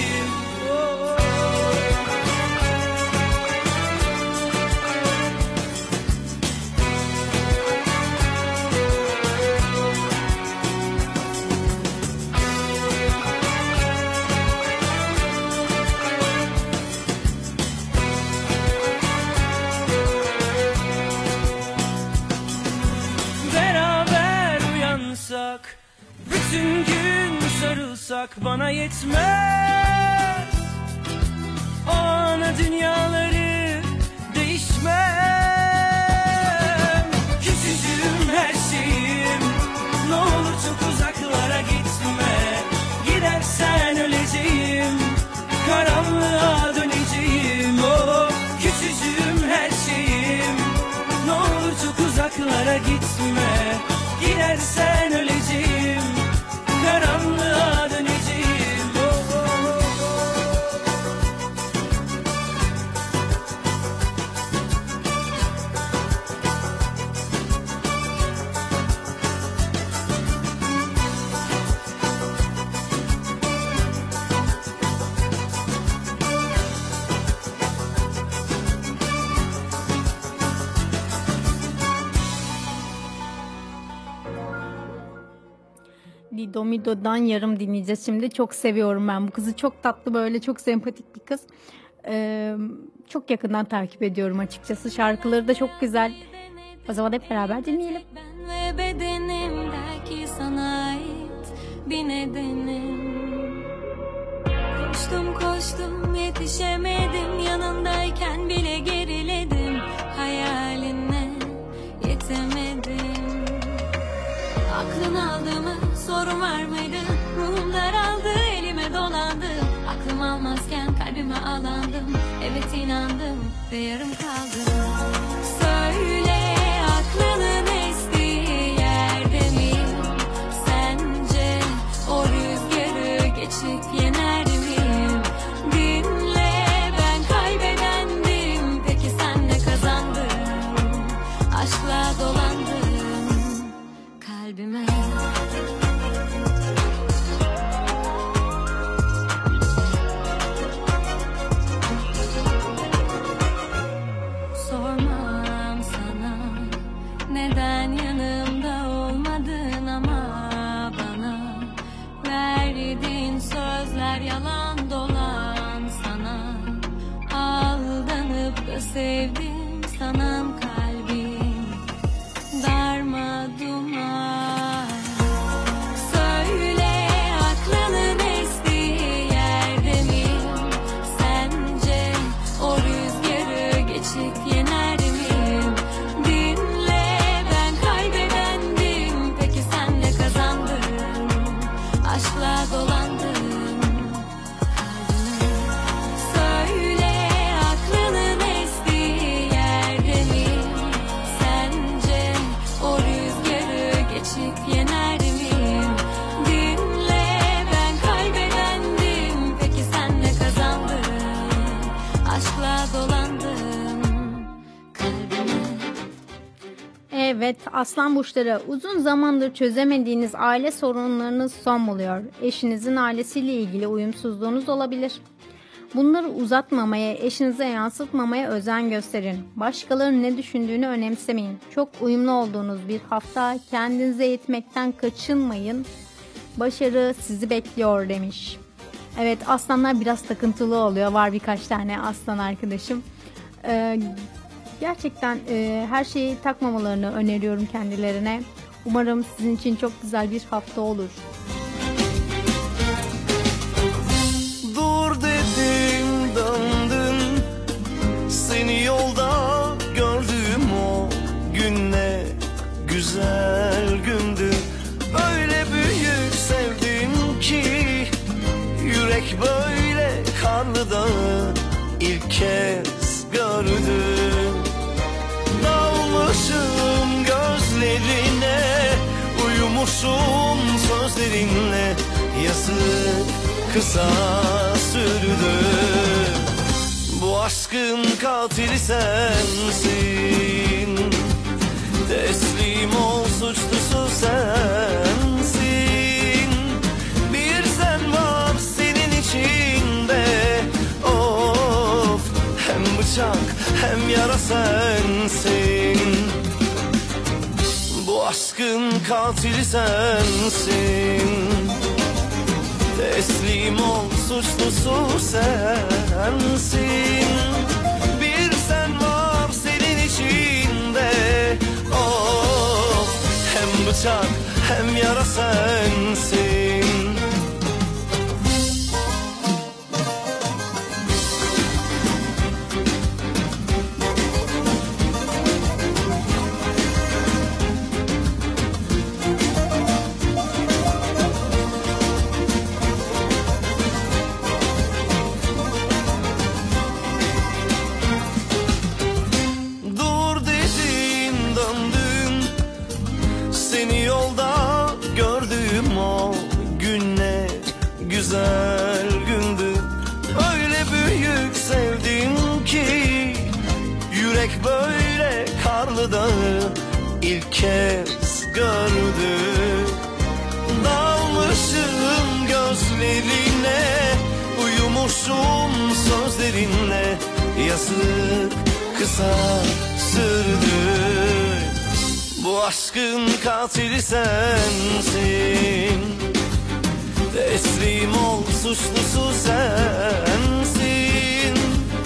Beraber uyansak, bütün gün sarılsak bana yetmez. O ana dünyaları değişmem. Küçücüğüm her şeyim. Ne olur çok uzaklara gitme, gidersen öleceğim, karanlığa döneceğim. O küçücüğüm her şeyim. Ne olur çok uzaklara gitme, gidersen öleceğim, karanlığa döneceğim. Oh, oh, oh. Dido Mido'dan yarım dinleyeceğiz şimdi. Çok seviyorum ben bu kızı. Çok tatlı, böyle çok sempatik bir kız. Ee, çok yakından takip ediyorum açıkçası. Şarkıları da çok güzel. O zaman hep beraber dinleyelim. Ben ve bedenim belki sana ait bir nedenim. Koştum koştum yetişemedim, yanındayken bile geriledim. Hayaline yetemedim. Aklın aldı mı, sorun var mıydı? Ruhum daraldı, elime dolandı. Aklım almazken kalbime alandım. Evet inandım ve yarım kaldım. Söyle aklının estiği yerde miyim? Sence o rüzgarı geçip yener miyim? Dinle, ben kaybedendim, peki sen ne kazandın? Aşkla dolandım kalbime. Sormam sana neden yanımda olmadın, ama bana verdiğin sözler yalan dolan sana. Aldanıp da sevdim sanan kalbim darmaduman. Söyle aklının estiği yerde miyim? Sence o rüzgarı geçip yener miyim? Dinle, ben kaybedendim, peki sen ne kazandın? Aşkla dolandım kalbime. Söyle aklının estiği yerde miyim? Sence o rüzgarı geçip yener miyim? Dinle, ben kaybedendim, peki sen ne kazandın? Aşkla dolandım kalbime. Evet, Aslan burçları, uzun zamandır çözemediğiniz aile sorunlarınız son buluyor. Eşinizin ailesiyle ilgili uyumsuzluğunuz olabilir. Bunları uzatmamaya, eşinize yansıtmamaya özen gösterin. Başkalarının ne düşündüğünü önemsemeyin. Çok uyumlu olduğunuz bir hafta, kendinize yetmekten kaçınmayın. Başarı sizi bekliyor demiş. Evet, aslanlar biraz takıntılı oluyor. Var birkaç tane aslan arkadaşım. Ee, gerçekten e, her şeyi takmamalarını öneriyorum kendilerine. Umarım sizin için çok güzel bir hafta olur. Dur dedim döndün, seni yolda gördüğüm o gün ne güzel gündü. Öyle büyük sevdim ki yürek böyle karlı dağı ilk kez gördü. Dalmışım gözlerine, uyumuşum sözlerinle, yazık kısa sürdü. Bu aşkın katili sensin, teslim ol suçlusu sensin. Bir sen var senin içinde, of, hem bıçak hem yara sensin. Bu aşkın katili sensin, teslim ol suçlusu sensin. Bir sen var senin içinde, of, hem bıçak hem yara sensin. Güzel gündü, öyle büyük sevdim ki yürek böyle karlı dağı ilk kez gördü. Dalmışım gözlerine, uyumuşum sözlerinle, yazık kısa sürdü. Bu aşkın katili sensin, teslim ol suçlusu sensin.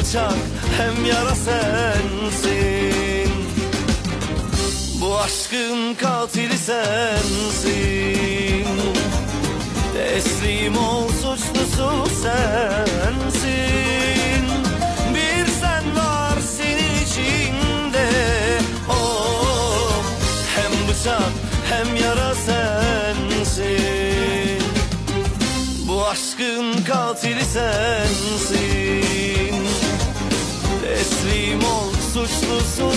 bıçak hem yara sensin. Bu aşkın katili sensin. Teslim ol, suçlusu sensin. Bir sen var senin içinde. Oh, hem bıçak hem yara sensin. Bu aşkın katili sensin. Teslim ol, suçlusu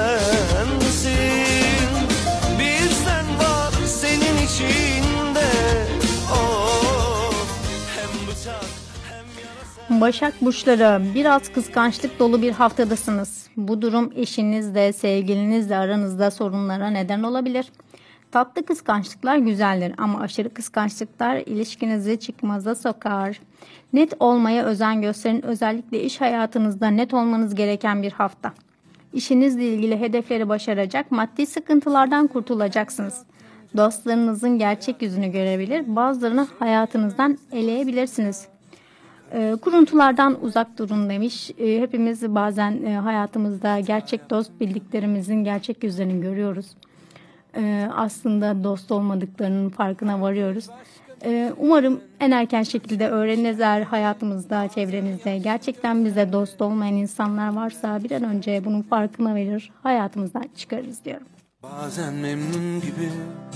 sensin. Bir sen var senin içinde. Oh, hem bıçak hem yara sensin. Başak burçları, biraz kıskançlık dolu bir haftadasınız. Bu durum eşinizle, sevgilinizle aranızda sorunlara neden olabilir. Tatlı kıskançlıklar güzeldir ama aşırı kıskançlıklar ilişkinizi çıkmaza sokar. Net olmaya özen gösterin. Özellikle iş hayatınızda net olmanız gereken bir hafta. İşinizle ilgili hedefleri başaracak, maddi sıkıntılardan kurtulacaksınız. Dostlarınızın gerçek yüzünü görebilir, bazılarını hayatınızdan eleyebilirsiniz. E, kuruntulardan uzak durun demiş. E, hepimiz bazen e, hayatımızda gerçek dost bildiklerimizin gerçek yüzlerini görüyoruz. E, aslında dost olmadıklarının farkına varıyoruz. E, umarım en erken şekilde öğreniriz, eğer hayatımızda, çevremizde gerçekten bize dost olmayan insanlar varsa bir an önce bunun farkına verir, hayatımızdan çıkarırız diyorum. Bazen memnun gibi,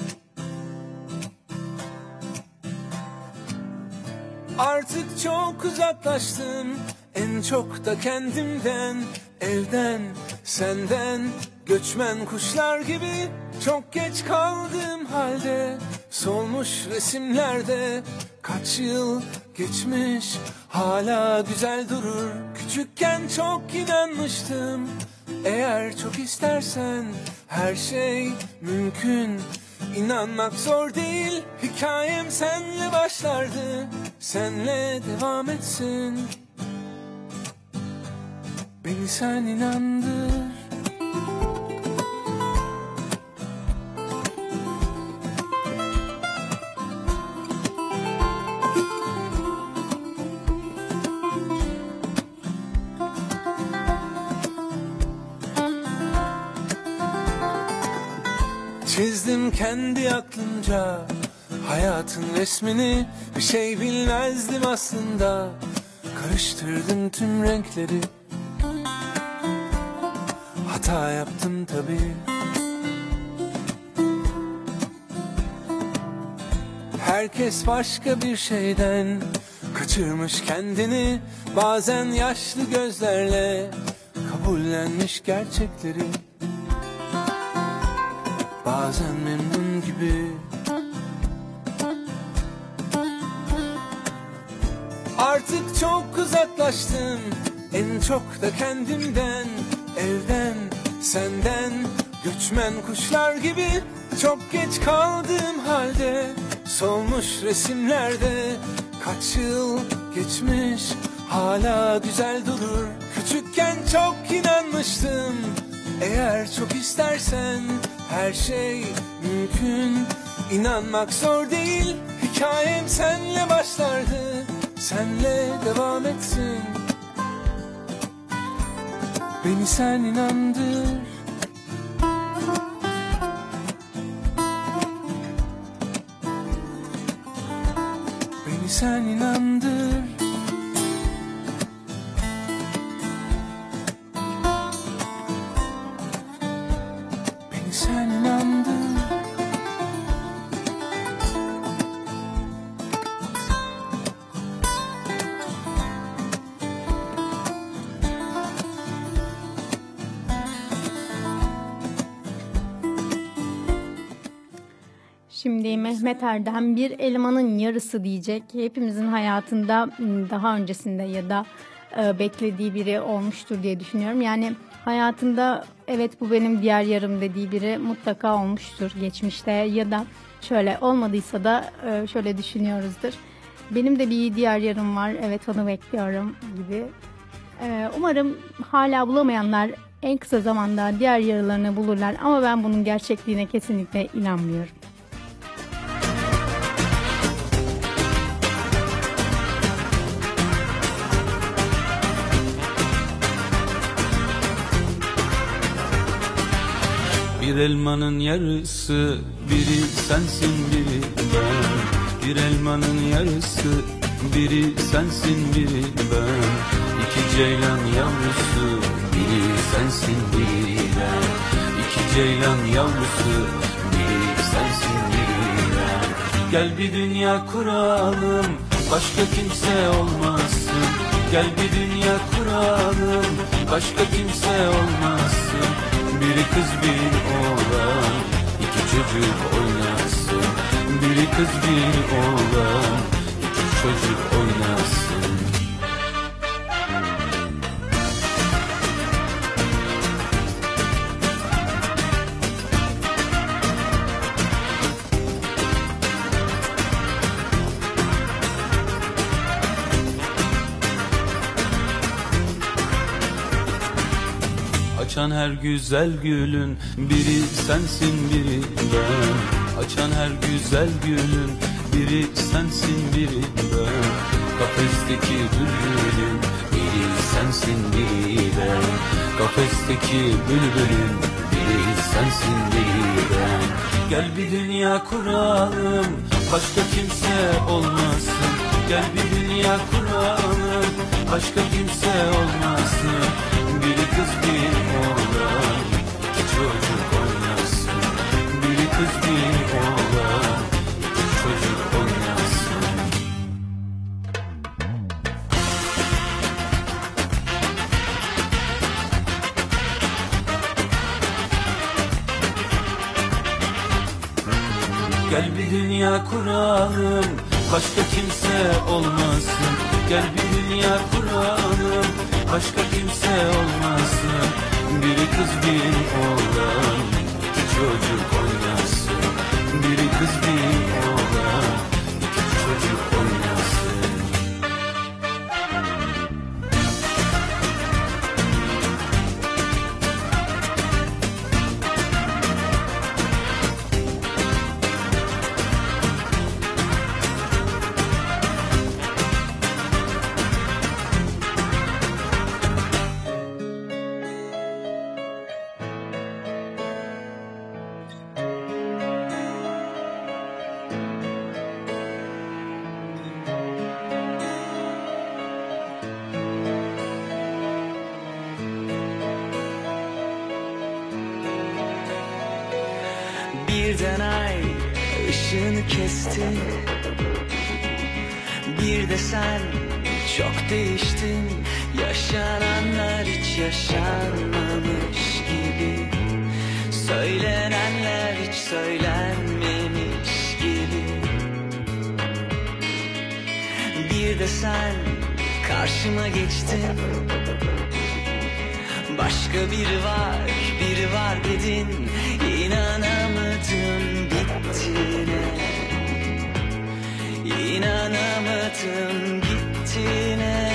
Artık çok uzaklaştım, en çok da kendimden, evden, senden, göçmen kuşlar gibi. Çok geç kaldığım halde, solmuş resimlerde, kaç yıl geçmiş, hala güzel durur. Küçükken çok inanmıştım, eğer çok istersen her şey mümkün. İnanmak zor değil, hikayem senle başlardı, senle devam etsin. Beni sen inandır. Çizdim kendi aklımca hayatın resmini, bir şey bilmezdim aslında. Karıştırdım tüm renkleri, hata yaptım tabii. Herkes başka bir şeyden kaçırmış kendini, bazen yaşlı gözlerle kabullenmiş gerçekleri. Bazen memnun gibi, artık çok uzaklaştım, en çok da kendimden, evden, senden, göçmen kuşlar gibi. Çok geç kaldığım halde, solmuş resimlerde, kaç yıl geçmiş, hala güzel durur. Küçükken çok inanmıştım, eğer çok istersen her şey mümkün. İnanmak zor değil, hikayem senle başlardı, senle devam etsin. Beni sen inandır. Beni sen inandır. Beni sen inandır. Şimdi Mehmet Erdem, bir elmanın yarısı diyecek. Hepimizin hayatında daha öncesinde ya da e, beklediği biri olmuştur diye düşünüyorum. Yani hayatında evet bu benim diğer yarım dediği biri mutlaka olmuştur geçmişte, ya da şöyle olmadıysa da e, şöyle düşünüyoruzdur. Benim de bir diğer yarım var, evet onu bekliyorum gibi. E, umarım hala bulamayanlar en kısa zamanda diğer yarılarını bulurlar, ama ben bunun gerçekliğine kesinlikle inanmıyorum. Bir elmanın yarısı, biri sensin biri ben. Bir elmanın yarısı, biri sensin biri ben. İki ceylan yavrusu, biri sensin biri ben. İki ceylan yavrusu, biri sensin biri ben. Gel bir dünya kuralım, başka kimse olmasın. Gel bir dünya kuralım, başka kimse olmasın. Biri kız bir oğlan, iki çocuk oynasın. Biri kız bir oğlan, iki çocuk oynasın. Açan her güzel gülün biri sensin biri ben. Açan her güzel gülün biri sensin biri ben. Kafesteki bülbülün biri sensin biri ben. Kafesteki bülbülün biri sensin biri ben. Gel bir dünya kuralım, başka kimse olmasın. Gel bir dünya kuralım, başka kimse olmasın. Biri kız bir oğlan, iki çocuk oynasın. Biri kız bir oğlan, iki çocuk oynasın. Gel bir dünya kuralım, başka kimse olmasın. Gel bir dünya kuralım, başka kimse olmasın. Biri kız bir oğlan, iki çocuk oynasın. Biri kız bir oğlan, iki çocuk oynasın. Birden ay ışığını kesti. Bir de sen çok değiştin. Yaşananlar hiç yaşanmamış gibi. Söylenenler hiç söylenmemiş gibi. Bir de sen karşıma geçtin. Başka biri var, biri var dedin. İnanamadım bittiğine. İnanamadım gittiğine.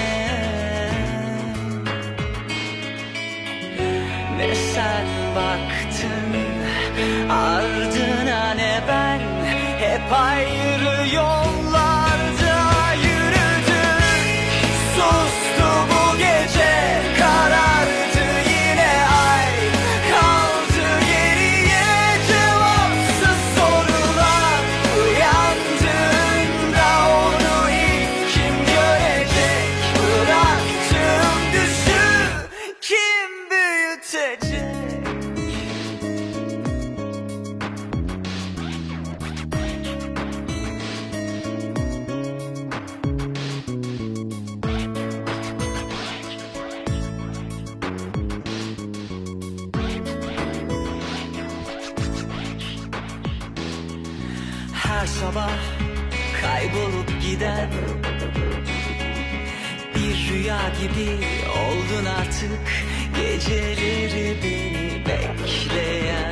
Ne sen baktın ardına ne ben. Hep ayrı yollarda yürüdük. Sustu bu gece, karardı yine ay. Kaldı geriye cevapsız sorular. Uyandığında onu ilk kim görecek? Bıraktığım düşü kim büyütecek? Her sabah kaybolup giden bir rüya gibi oldun artık. Geceleri beni bekleyen,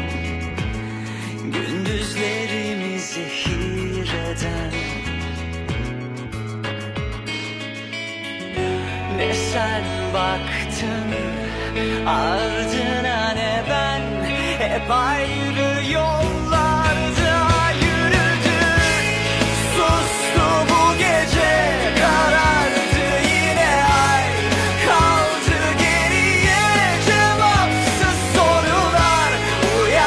gündüzlerimi zehir eden. Ne sen baktın ardına ne ben. Hep ayrı yollarda yürüdük. Sustu bu gece, karardı yine ay. Kaldı geriye cevapsız sorular. Uyan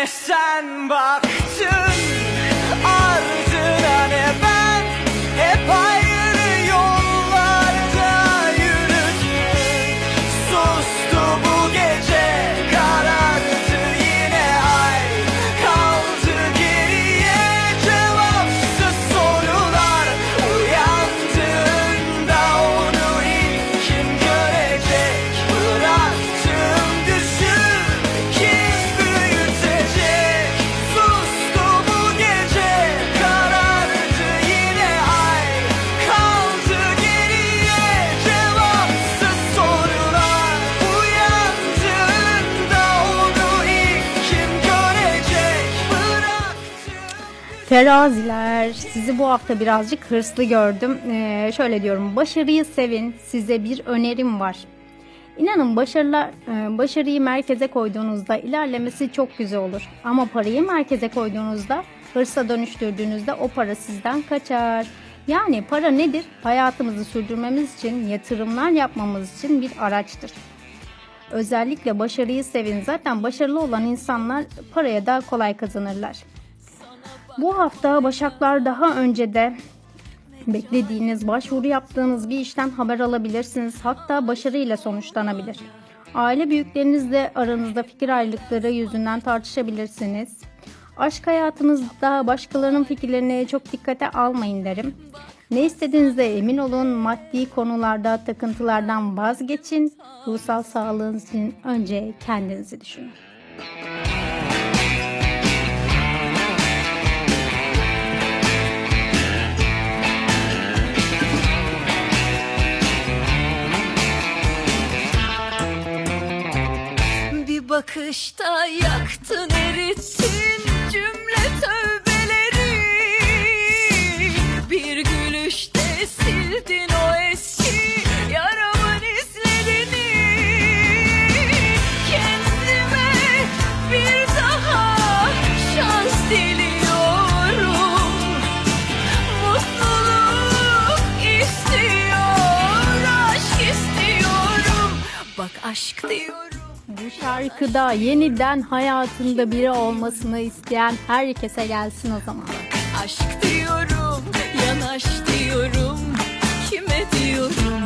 ne sen baktın ardına, ne ben hep ayrı yollarda yürüdük. Sustu bu gece, karardı yine ay, kaldı geriye cevapsız sorular. Uyandığında onu ilk kim görecek? Bıraktım düşün, kim büyütecek? Sustu bu gece, karardı yine ay, kaldı geriye cevapsız sorular. Uyandığında onu ilk kim görecek? Bıraktım. Teraziler, sizi bu hafta birazcık hırslı gördüm. Ee, şöyle diyorum, başarıyı sevin, size bir önerim var. İnanın başarılar, e, başarıyı merkeze koyduğunuzda ilerlemesi çok güzel olur. Ama parayı merkeze koyduğunuzda, hırsa dönüştürdüğünüzde o para sizden kaçar. Yani para nedir? Hayatımızı sürdürmemiz için, yatırımlar yapmamız için bir araçtır. Özellikle başarıyı sevin. Zaten başarılı olan insanlar paraya daha kolay kazanırlar. Bu hafta Başaklar, daha önce de beklediğiniz, başvuru yaptığınız bir işten haber alabilirsiniz. Hatta başarıyla sonuçlanabilir. Aile büyüklerinizle aranızda fikir ayrılıkları yüzünden tartışabilirsiniz. Aşk hayatınızda başkalarının fikirlerini çok dikkate almayın derim. Ne istediğinize emin olun. Maddi konularda takıntılardan vazgeçin. Ruhsal sağlığınız için önce kendinizi düşünün. Bir bakışta yaktın, erittin cümle tövbeleri. Bir gülüşte sildin o eski yaramın izlerini. Kendime bir daha şans diliyorum. Mutluluk istiyor, aşk istiyorum. Bak aşk diyorum. Bu şarkıda yeniden hayatında biri olmasını isteyen herkese gelsin o zaman. Aşk diyorum, yanaş diyorum, kime diyorum?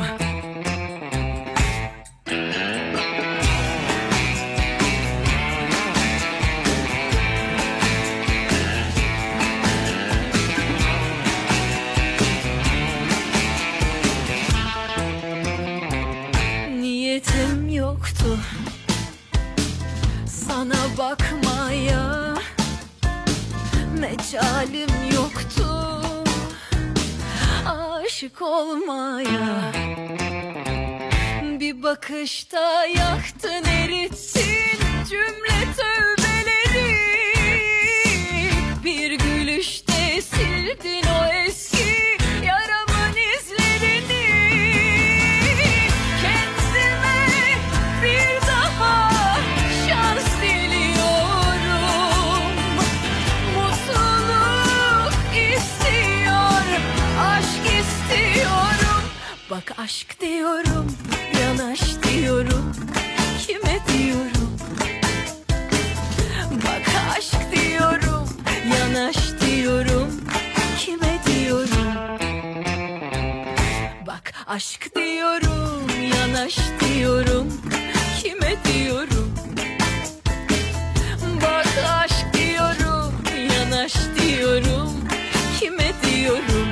Niyetim yoktu sana bakmaya, mecalim yoktu aşık olmaya. Bir bakışta yaktın, erittin cümle tövbeleri. Bir gülüşte sildin o eski yaramın izlerini. Kendime bir daha şans diliyorum. Mutluluk istiyor, aşk istiyorum. Bak aşk diyorum, yanaş diyorum, kime diyorum? Bak aşk diyorum, yanaş diyorum, kime diyorum? Bak aşk diyorum, yanaş diyorum, kime diyorum? Bak aşk diyorum, yanaş diyorum, kime diyorum?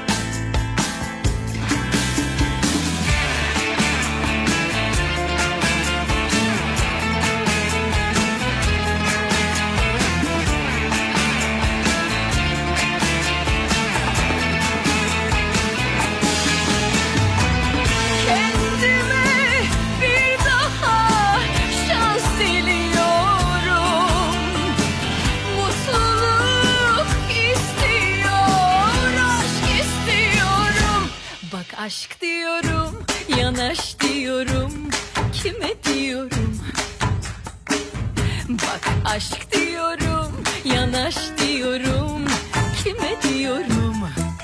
Kendime bir daha şans diliyorum. Mutluluk istiyor, aşk istiyorum. Bak aşk diyorum, yanaş diyorum, kime diyorum? Bak aşk diyorum, yanaş diyorum, kime diyorum?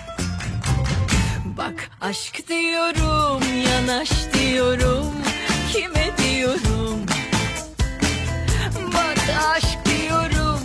Bak aşk diyorum, yanaş diyorum, kime diyorum? Bak aşk diyorum,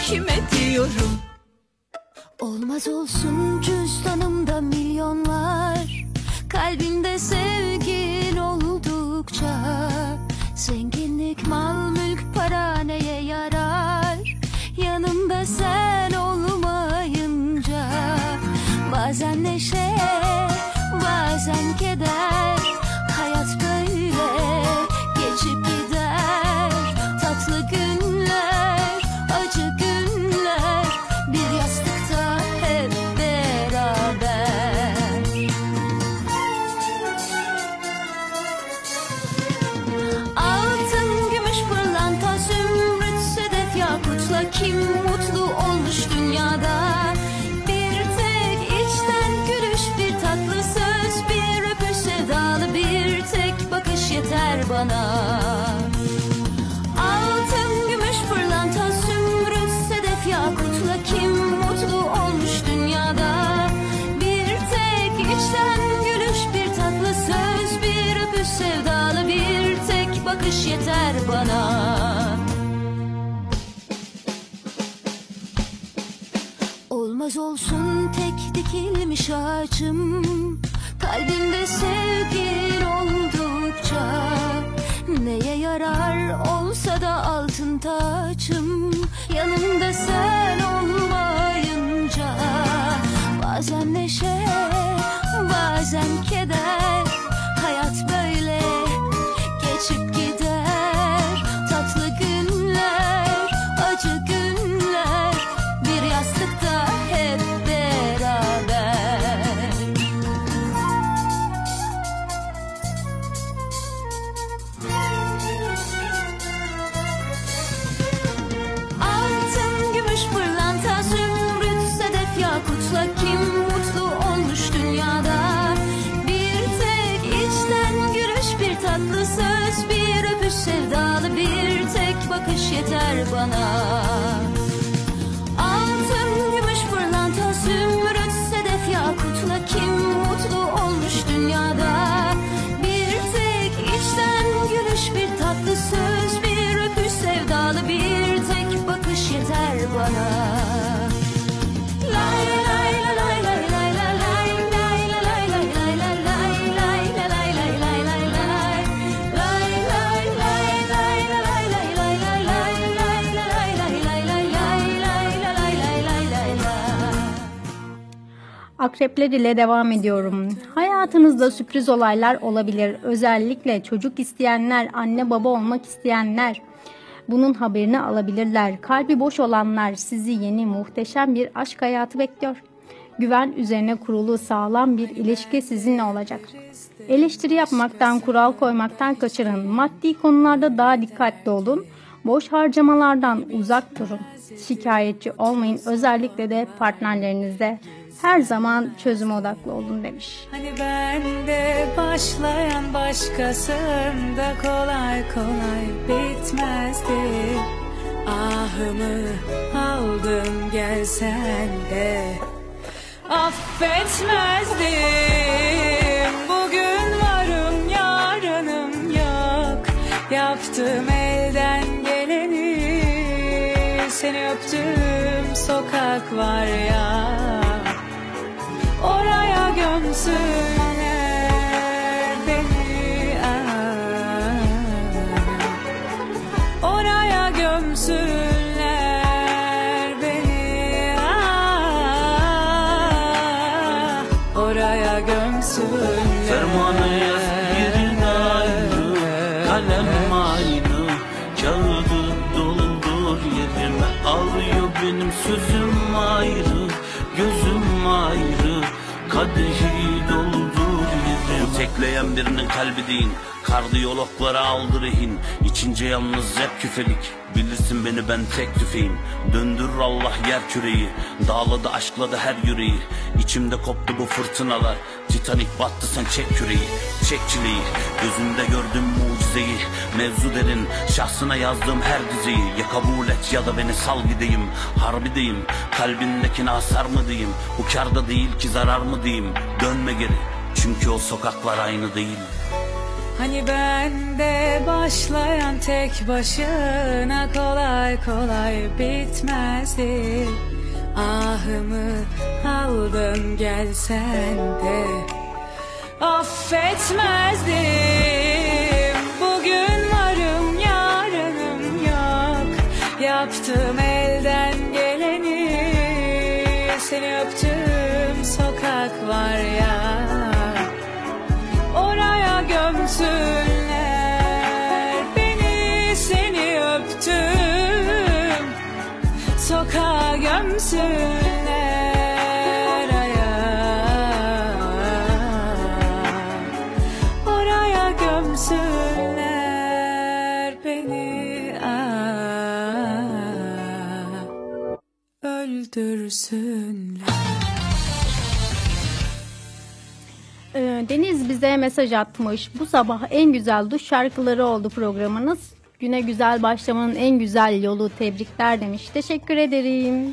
kime diyorum. Olmaz olsun cüzdanımda milyonlar, kalbimde sevgin oldukça. Zenginlik, mal, mülk, para neye yarar, yanımda sen olmayınca. Bazen neşe, bazen keder, hayat böyle geçip gider. Tatlı günler, acı günler, bir yastıkta hep beraber. Altın, gümüş, pırlanta, zümrüt, sedef, yakutla kim mutlu olmuş dünyada? Bir tek içten gülüş, bir tatlı söz, bir öpüş sevdalı, bir tek bakış yeter bana. Altın, gümüş, pırlanta, zümrüt, sedef, yakutla kim mutlu olmuş dünyada? Bir tek içten gülüş, bir tatlı söz, bir öpüş sevdalı, bir tek bakış yeter bana. Olmaz olsun tek dikilmiş ağacım, kalbimde sevgin oldukça. Neye yarar olsa da altın tacım, yanımda sen olmayınca. Bazen neşe, bazen keder, hayat böyle geçip gider. Tatlı günler, acı günler, bir yastıkta hep beraber. Altın, gümüş, pırlanta, zümrüt, sedef, yakutla kim mutlu olmuş dünyada? Bir tek içten gülüş, bir tatlı söz, bir öpüş sevdalı, bir tek bakış yeter bana. Altın, gümüş, pırlanta, zümrüt, sedef, yakutla kim mutlu olmuş dünyada? Bir tek içten gülüş, bir tatlı söz, bir öpüş sevdalı, bir tek bakış yeter bana. Lay lay lay lay lay lay lay lay lay lay lay lay lay lay lay lay lay lay lay. Lay lay lay lay lay lay lay lay lay lay lay lay lay lay lay lay lay lay lay. Akrepler ile devam ediyorum. Hayatınızda sürpriz olaylar olabilir. Özellikle çocuk isteyenler, anne baba olmak isteyenler bunun haberini alabilirler. Kalbi boş olanlar, sizi yeni muhteşem bir aşk hayatı bekliyor. Güven üzerine kurulu sağlam bir ilişki sizinle olacak. Eleştiri yapmaktan, kural koymaktan kaçının. Maddi konularda daha dikkatli olun. Boş harcamalardan uzak durun. Şikayetçi olmayın. Özellikle de partnerlerinizde. Her zaman çözüm odaklı olun demiş. Hani bende başlayan başkasında kolay kolay bitmezdi. Ahımı aldın gelsen de affetmezdim. Bugün varım yarınım yok. Yaptım elden geleni. Seni öptüm sokak var ya, oraya gömsünler beni, ah. Oraya gömsünler beni, ah. Oraya gömsünler. Fermanı yaz yerin ayrı, kalem aynı, kağıdı doldur yerime. Alıyor benim sözüm ayrı, gözüm ayrı, kadehi doldur yerime. Tekleyen birinin kalbi değil, kardiyologlara aldı rehin. İçince yalnız hep küfelik, bilirsin beni ben tek tüfeğim. Döndürür Allah yer küreyi, dağladı aşkladı her yüreği. İçimde koptu bu fırtınalar, Titanik battı sen çek küreği. Çek çileyi, gözümde gördüm mucizeyi. Mevzu derin, şahsına yazdığım her dizeyi. Ya kabul et ya da beni sal gideyim. Harbideyim, kalbindekine hasar mı diyeyim? Bu kârda değil ki zarar mı diyeyim? Dönme geri, çünkü o sokaklar aynı değil. Hani bende başlayan tek başına kolay kolay bitmezdi. Ahımı aldın gelsen de affetmezdim. Bugün varım yarınım yok. Yaptım elden geleni. Seni öptüm sokak var ya, oraya gömsünler beni. Seni öptüm sokağa gömsünler aya, oraya gömsünler beni. Aa, öldürsünler. Deniz bize mesaj atmış. Bu sabah en güzel duş şarkıları oldu programınız. Güne güzel başlamanın en güzel yolu, tebrikler demiş. Teşekkür ederim.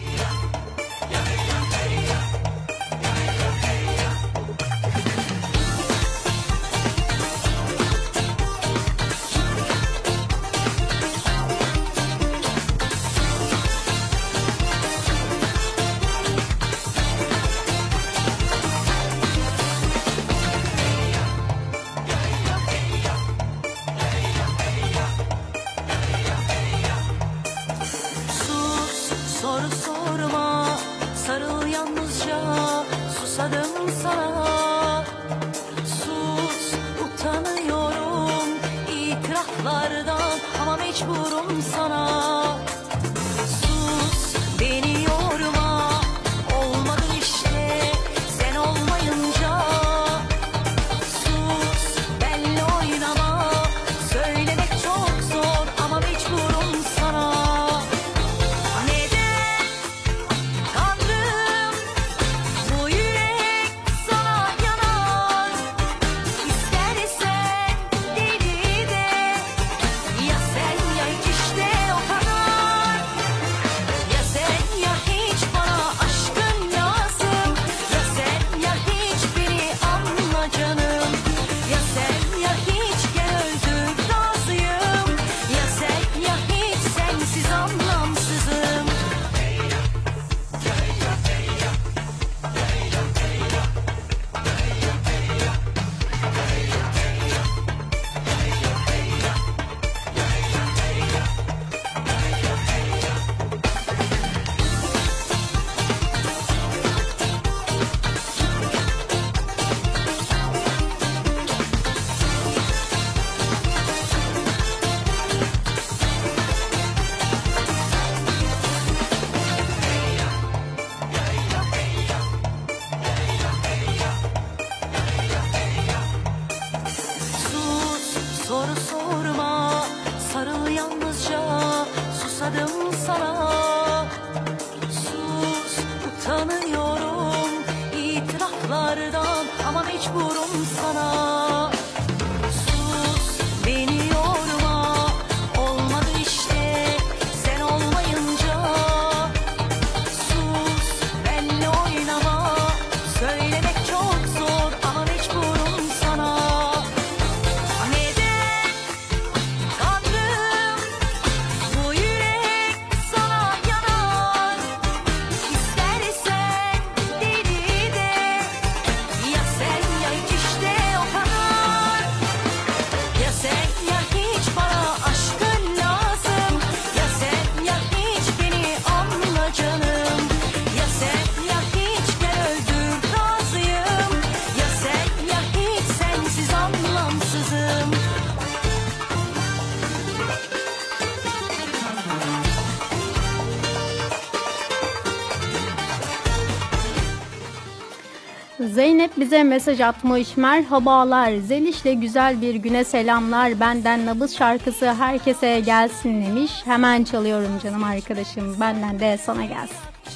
Zeynep bize mesaj atmış. Merhabalar. Zeliş'le güzel bir güne selamlar. Benden nabız şarkısı herkese gelsin demiş. Hemen çalıyorum canım arkadaşım. Benden de sana gelsin.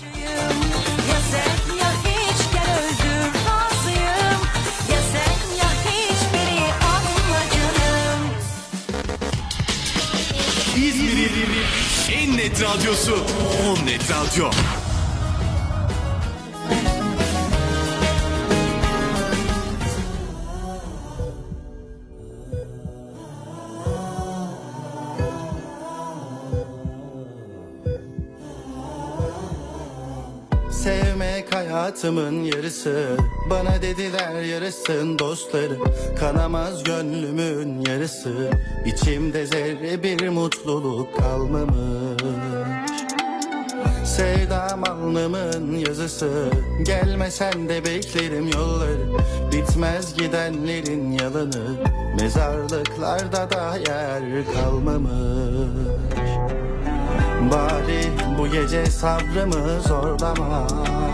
İzmir'in en net radyosu On Net Radyo. hayatımın yarısı. Bana dediler yarısın dostları, kanamaz gönlümün yarısı. İçimde zerre bir mutluluk kalmamış. Sevdam alnımın yazısı, gelmesen de beklerim yolları. Bitmez gidenlerin yalanı, mezarlıklarda da yer kalmamış. Bari bu gece sabrımı zorlama,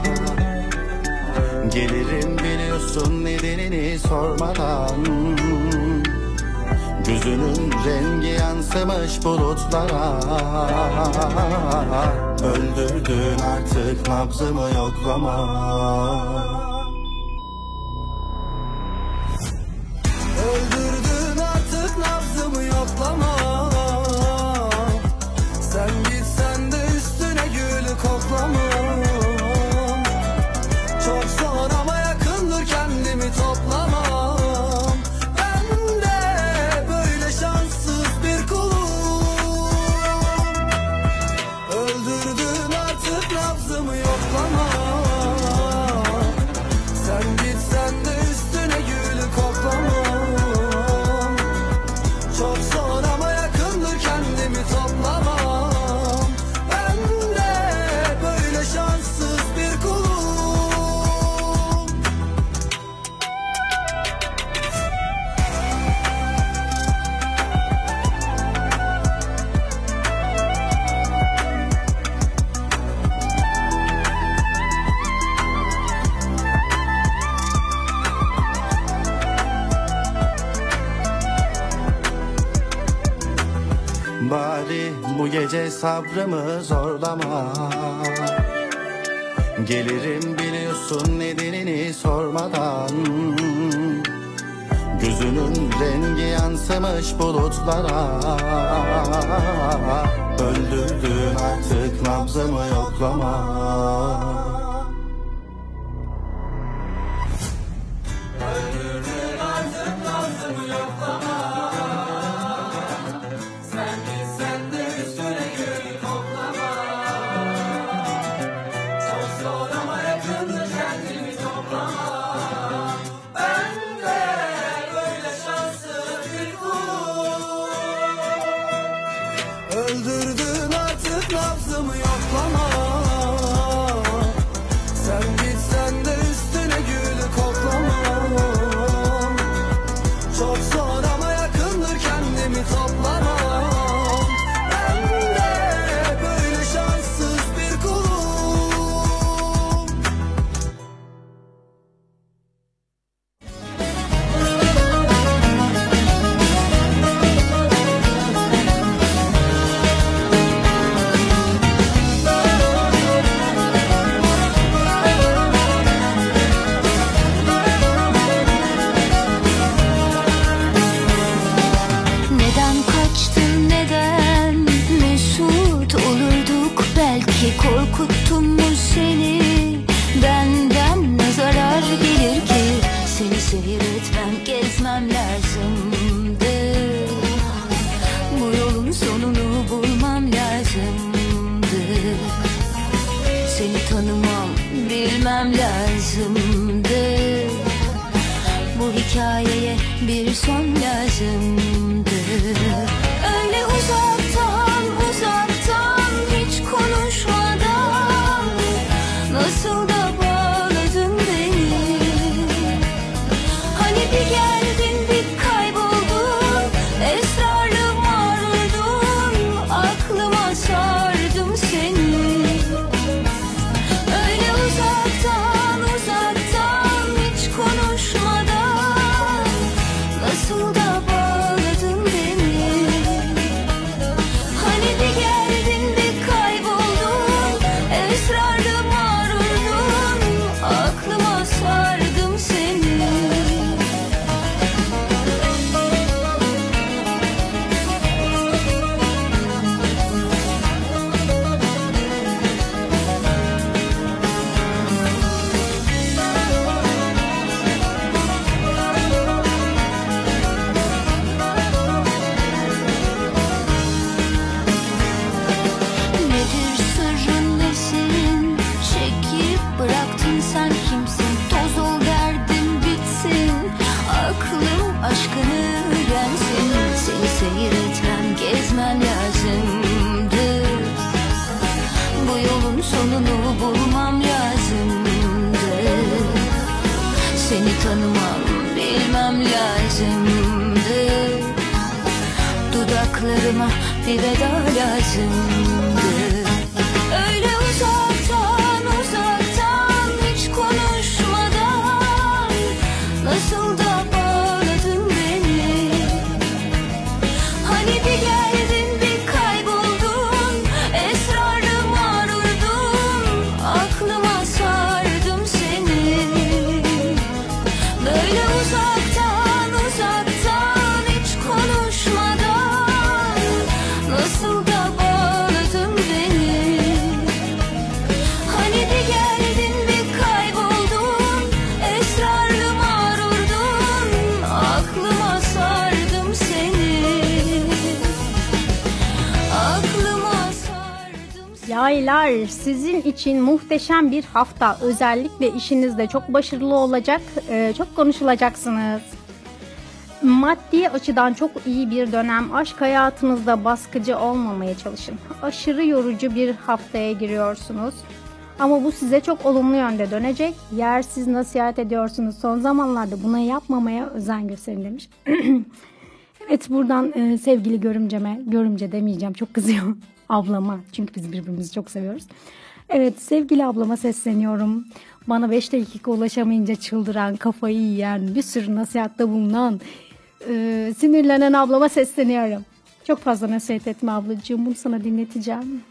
gelirim biliyorsun nedenini sormadan. Gözünün rengi yansımış bulutlara, öldürdün artık nabzımı yoklama. Öldürdün artık nabzımı yoklama. Sen gitsen de üstüne gülü koklamam. Çok zor ama yakındır, kendimi toplamam. Ben de böyle şanssız bir kulum. Öldürdün artık nabzımı yoklama. Sen gitsen de üstüne gülü koklamam. Çok zor ama yakındır, kendimi toplamam. Ben de böyle şanssız bir kulum. Bari bu gece sabrımı zorlama, gelirim biliyorsun nedenini sormadan. Gözünün rengi yansımış bulutlara, öldürdün artık nabzımı yoklama. Öldürdün artık nabzımı yoklama. Sen gitsen de üstüne gül koklama. Çok zor ama yakındır, kendimi toplama. Ben de böyle şanssız bir kul. Öldürdün artık nabzımı yoklama. Sen gitsen de üstüne gül koklama. Çok zor ama yakındır, kendimi toplamam. Ben de böyle şanssız bir kulum. Neden kaçtın, neden mesut olurduk? Belki korkuttum mu seni? Benden ne zarar gelir ki? Seni seyretmem, gezmem lazımdı. Bu yolun sonunu bulmam lazımdı. Seni tanımam, bilmem lazımdı. Bu hikayeye bir son lazımdı. Öyle uzaktan uzaktan, hiç konuşmadan, nasıl da bağladın beni. Hani bir geldin bir kayboldun, esrarlı mağrurdun, aklıma sardım seni. Öyle uzaktan uzaktan, hiç konuşmadan, nasıl da aklıma bir veda lazımdı. Öyle uzaktan uzaktan hiç konuşmadan nasıl da bağladın beni. Hani bir geldin bir kayboldun, esrarlı mağrurdun, aklıma sardım seni. Böyle uzaktan uzaktan hiç konuşmadan nasıl da bağladın beni. Hani bir geldin bir kayboldun, esrarlı mağrurdun, aklıma sardım seni. Aklıma sardım seni. Yaylar, sizin için muhteşem bir hafta. Özellikle işinizde çok başarılı olacak, e, çok konuşulacaksınız. Maddi açıdan çok iyi bir dönem. Aşk hayatınızda baskıcı olmamaya çalışın. Aşırı yorucu bir haftaya giriyorsunuz. Ama bu size çok olumlu yönde dönecek. Yersiz nasihat ediyorsunuz. Son zamanlarda buna yapmamaya özen gösterin demiş. Evet, buradan e, sevgili görümceme, görümce demeyeceğim, çok kızıyor, ablama, çünkü biz birbirimizi çok seviyoruz. Evet, sevgili ablama sesleniyorum. Bana beş dakika ulaşamayınca çıldıran, kafayı yiyen, bir sürü nasihatta bulunan, e, sinirlenen ablama sesleniyorum. Çok fazla nasihat etme ablacığım, bunu sana dinleteceğim.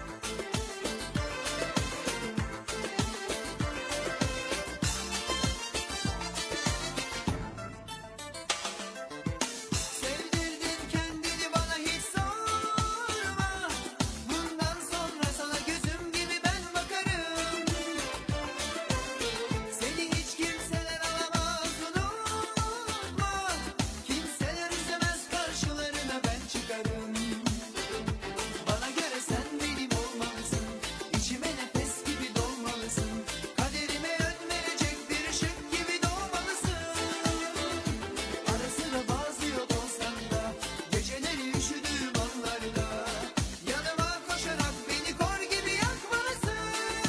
Sevdirdin kendini bana hiç sorma. Bundan sonra sana gözüm gibi ben bakarım. Seni hiç kimseler alamaz unutma. Kimseler üzemez karşılarına ben çıkarım. Bana göre sen benim olmalısın. İçime nefes gibi dolmalısın. Kaderime yön verecek bir ışık gibi doğmalısın. Ara sıra bazı yok olsan da, geceleri üşüdüğüm anlarda, yanıma koşarak beni kor gibi yakmalısın.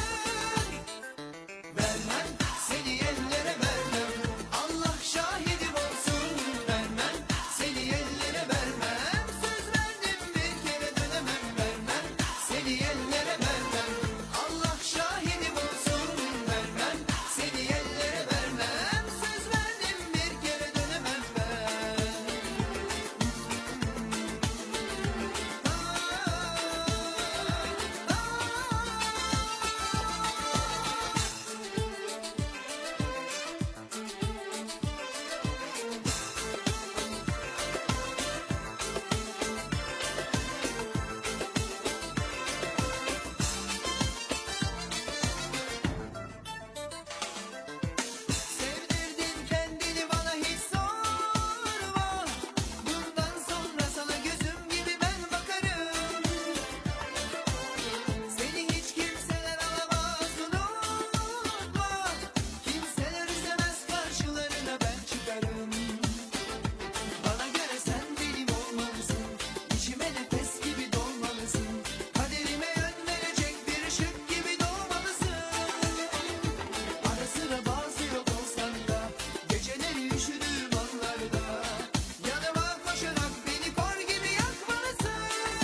Vermem seni ellere vermem, Allah şahidim olsun. Vermem seni ellere vermem, söz verdim bir kere dönemem. Vermem seni ellere vermem, Allah şahidim olsun. Vermem seni ellere vermem, söz verdim bir kere dönemem ben. Sevdirdin kendini bana hiç sorma. Bundan sonra sana gözüm gibi ben bakarım. Seni hiç kimseler alamaz unutma. Kimseler üzemez karşılarına ben çıkarım. Bana göre sen benim olmalısın. İçime nefes gibi dolmalısın. Kaderime yön verecek bir ışık gibi doğmalısın. Ara sıra bazı yok olsan da, geceleri üşüdüğüm anlarda, yanıma koşarak beni kor gibi yakmalısın.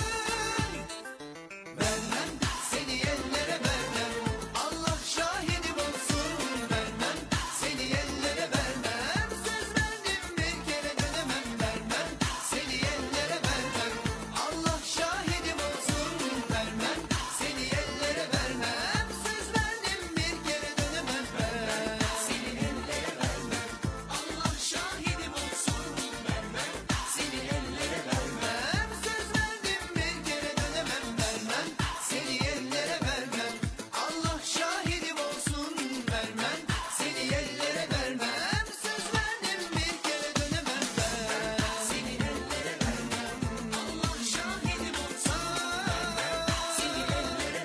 Vermem seni ellere vermem, Allah şahidim olsun. Vermem seni ellere vermem, söz verdim bir kere dönemem. Vermem seni ellere vermem, Allah şahidim olsun. Vermem seni ellere vermem, söz verdim bir kere dönemem ben. Seni ellere vermem, Allah şahidim olsun. Vermem seni ellere vermem, söz verdim bir kere dönemem. Vermem seni ellere vermem, Allah şahidim olsun. Vermem seni ellere vermem, söz verdim bir kere dönemem ben. Seni ellere vermem, Allah şahidim olsun. Seni ellere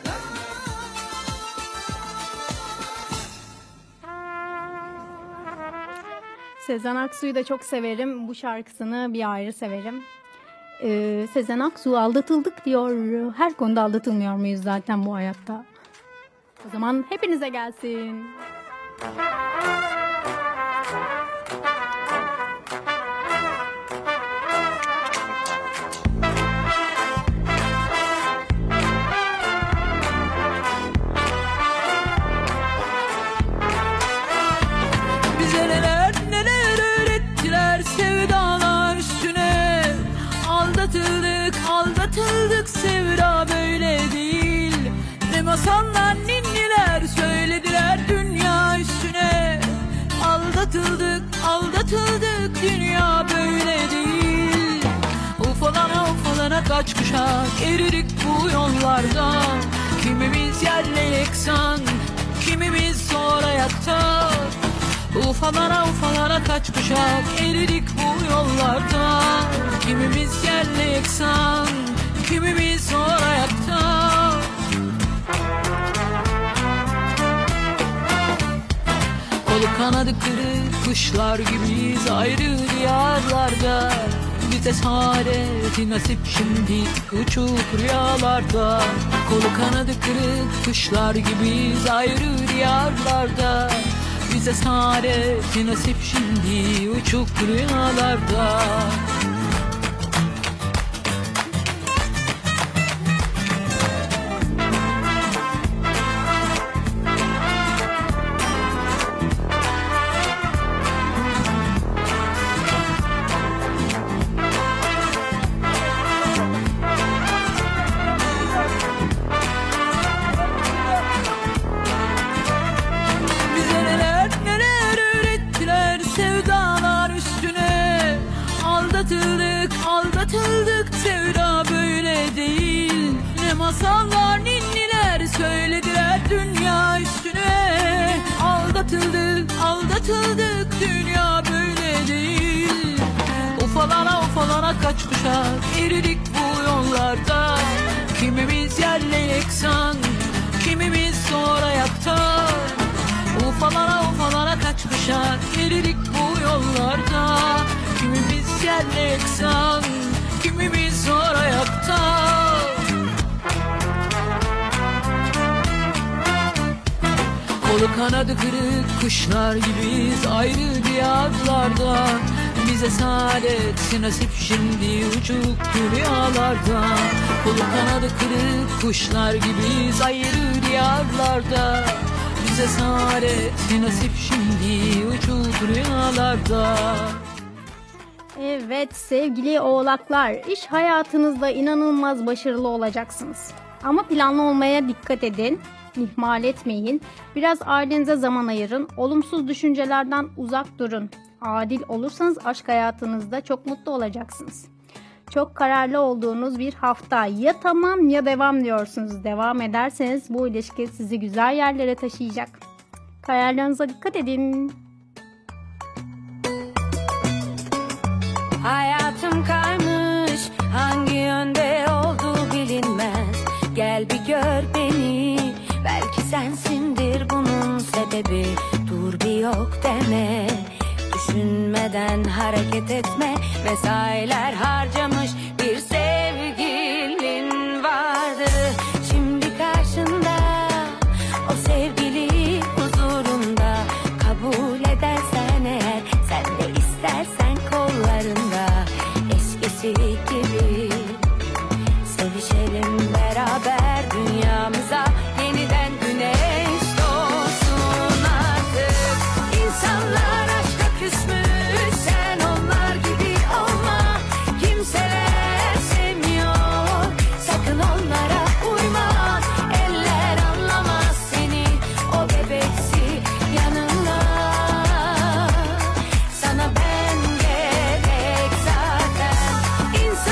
Sezen Aksu'yu da çok severim. Bu şarkısını bir ayrı severim. Ee, Sezen Aksu aldatıldık diyor. Her konuda aldatılmıyor muyuz zaten bu hayatta? O zaman hepinize gelsin. aldatıldık sevda böyle değil. Ne masallar ninniler söylediler dünya üstüne. Aldatıldık aldatıldık dünya böyle değil. Ufalana ufalana kaç kuşak eridik bu yollarda. Kimimiz yerle yeksan, kimimiz zor ayakta. Ufalana ufalana kaç kuşak eridik bu yollarda. Kimimiz yerle yeksan, kimimiz zor ayakta. Kolu kanadı kırık kuşlar gibiyiz ayrı diyarlarda. Bize saadeti nasip şimdi uçuk rüyalarda. Kolu kanadı kırık kuşlar gibiyiz ayrı diyarlarda. Bize saadeti nasip şimdi uçuk rüyalarda. Aldatıldık, aldatıldık sevda böyle değil. Ne masallar ninniler söylediler dünya üstüne. Aldatıldık, aldatıldık dünya böyle değil. Ufalana ufalana kaç kuşak eridik bu yollarda. Kimimiz yerle yeksan, kimimiz zor ayakta. Ufalana ufalana kaç kuşak eridik bu yollarda. Kimimiz yerle yeksan, kimimiz zor ayakta. Kolu kanadı kırık kuşlar gibiyiz ayrı diyarlarda. Bize saadet nasip şimdi uçuk rüyalarda. Kolu kanadı kırık kuşlar gibiyiz ayrı diyarlarda. Bize saadet nasip şimdi uçuk rüyalarda. Evet sevgili oğlaklar, iş hayatınızda inanılmaz başarılı olacaksınız. Ama planlı olmaya dikkat edin, ihmal etmeyin. Biraz ailenize zaman ayırın, olumsuz düşüncelerden uzak durun. Adil olursanız aşk hayatınızda çok mutlu olacaksınız. Çok kararlı olduğunuz bir hafta, ya tamam ya devam diyorsunuz. Devam ederseniz bu ilişki sizi güzel yerlere taşıyacak. Kararlarınıza dikkat edin. Hayatım kaymış, hangi yönde olduğu bilinmez. Gel bir gör beni, belki sensindir bunun sebebi. Dur bir yok deme, düşünmeden hareket etme. Mesailer harcamış bir sevgilin vardı. Şimdi karşında o sevgili huzurunda. Kabul edersen eğer, sen de istersen kollarında. Eskisi gibi sevişelim beraber, dünyamıza yeniden güneş doğsun artık. İnsanlar aşka küsmüş, sen onlar gibi olma. Kimseler sevmiyor, sakın onlara uyma. Eller anlamaz seni, o bebeksi yanında. Sana ben gerek zaten. İnsan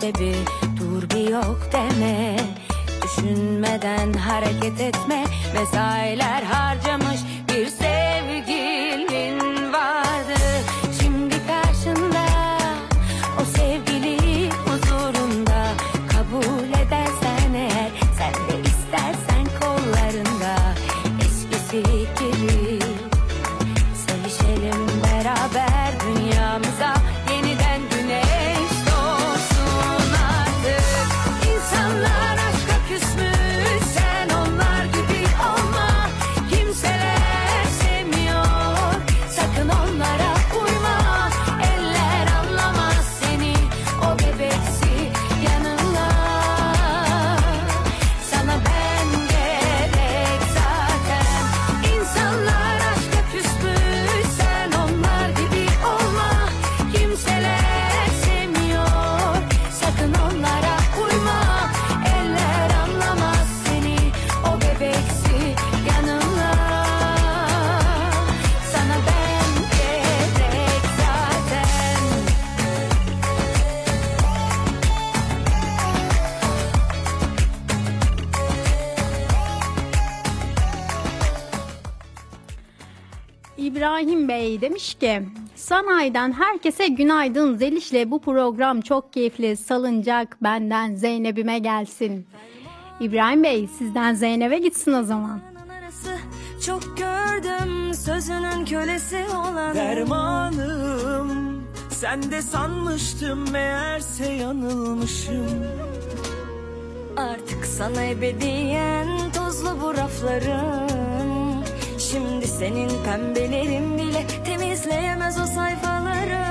sebebi, dur bir yok deme. Düşünmeden hareket etme, mesailer harcamış bir sevgilin vardı. Şimdi karşında o sevgili huzurunda, kabul edersen eğer, sen de istersen kollarında, eskisi gibi sevişelim beraber, dünyamıza yeniden güneş doğsun artık. İnsanlar aşka küsmüş, sen onlar gibi olma. Kimseler sevmiyor, sakın onlara uyma. Eller anlamaz seni, o bebeksi yanında. Sana ben gerek zaten. İnsanlar aşka küsmüş, sen onlar gibi olma. Kimseler sevmiyor, sakın onlara uyma. Eller anlamaz seni, o bebeksi yanında. Sana ben gerek zaten. İbrahim Bey demiş ki sanayiden herkese günaydın. Zeliş'le bu program çok keyifli. Salıncak benden Zeynep'ime gelsin. İbrahim Bey sizden Zeynep'e gitsin o zaman. Çok gördüm sözünün kölesi olan. Dermanım, sen de sanmıştım, meğerse yanılmışım. Artık sana ebediyen tozlu bu raflarım. Şimdi senin pembelerin bile temizleyemez o sayfaları.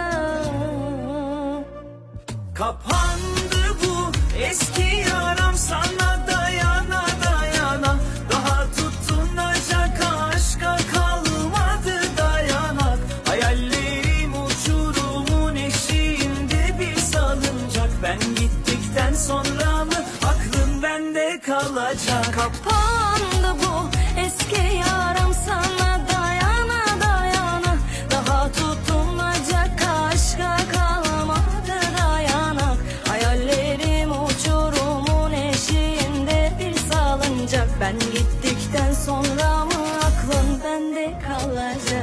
Kapandı bu eski yaram, sana dayana dayana. Daha tutunacak aşka kalmadı dayanak. Hayallerim uçurumun eşiğinde bir salıncak. Ben gittikten sonra mı aklın bende kalacak? Kapandı bu eski yaram, sana dayana dayana. Daha tutunacak aşka kalmadı dayanak. Hayallerim uçurumun eşiğinde bir salıncak. Ben gittikten sonra mı aklın bende kalacak?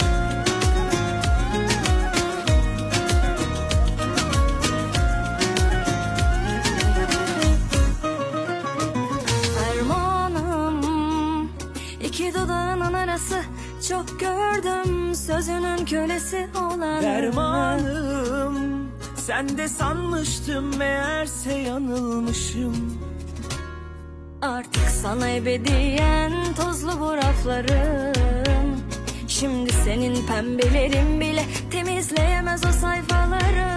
Fermanım, iki dudağının arası, çok gördüm sözünün kölesi olan. Dermanım, sen de sanmıştım, meğerse yanılmışım. Artık sana ebediyen tozlu bu raflarım. Şimdi senin pembelerin bile temizleyemez o sayfaları.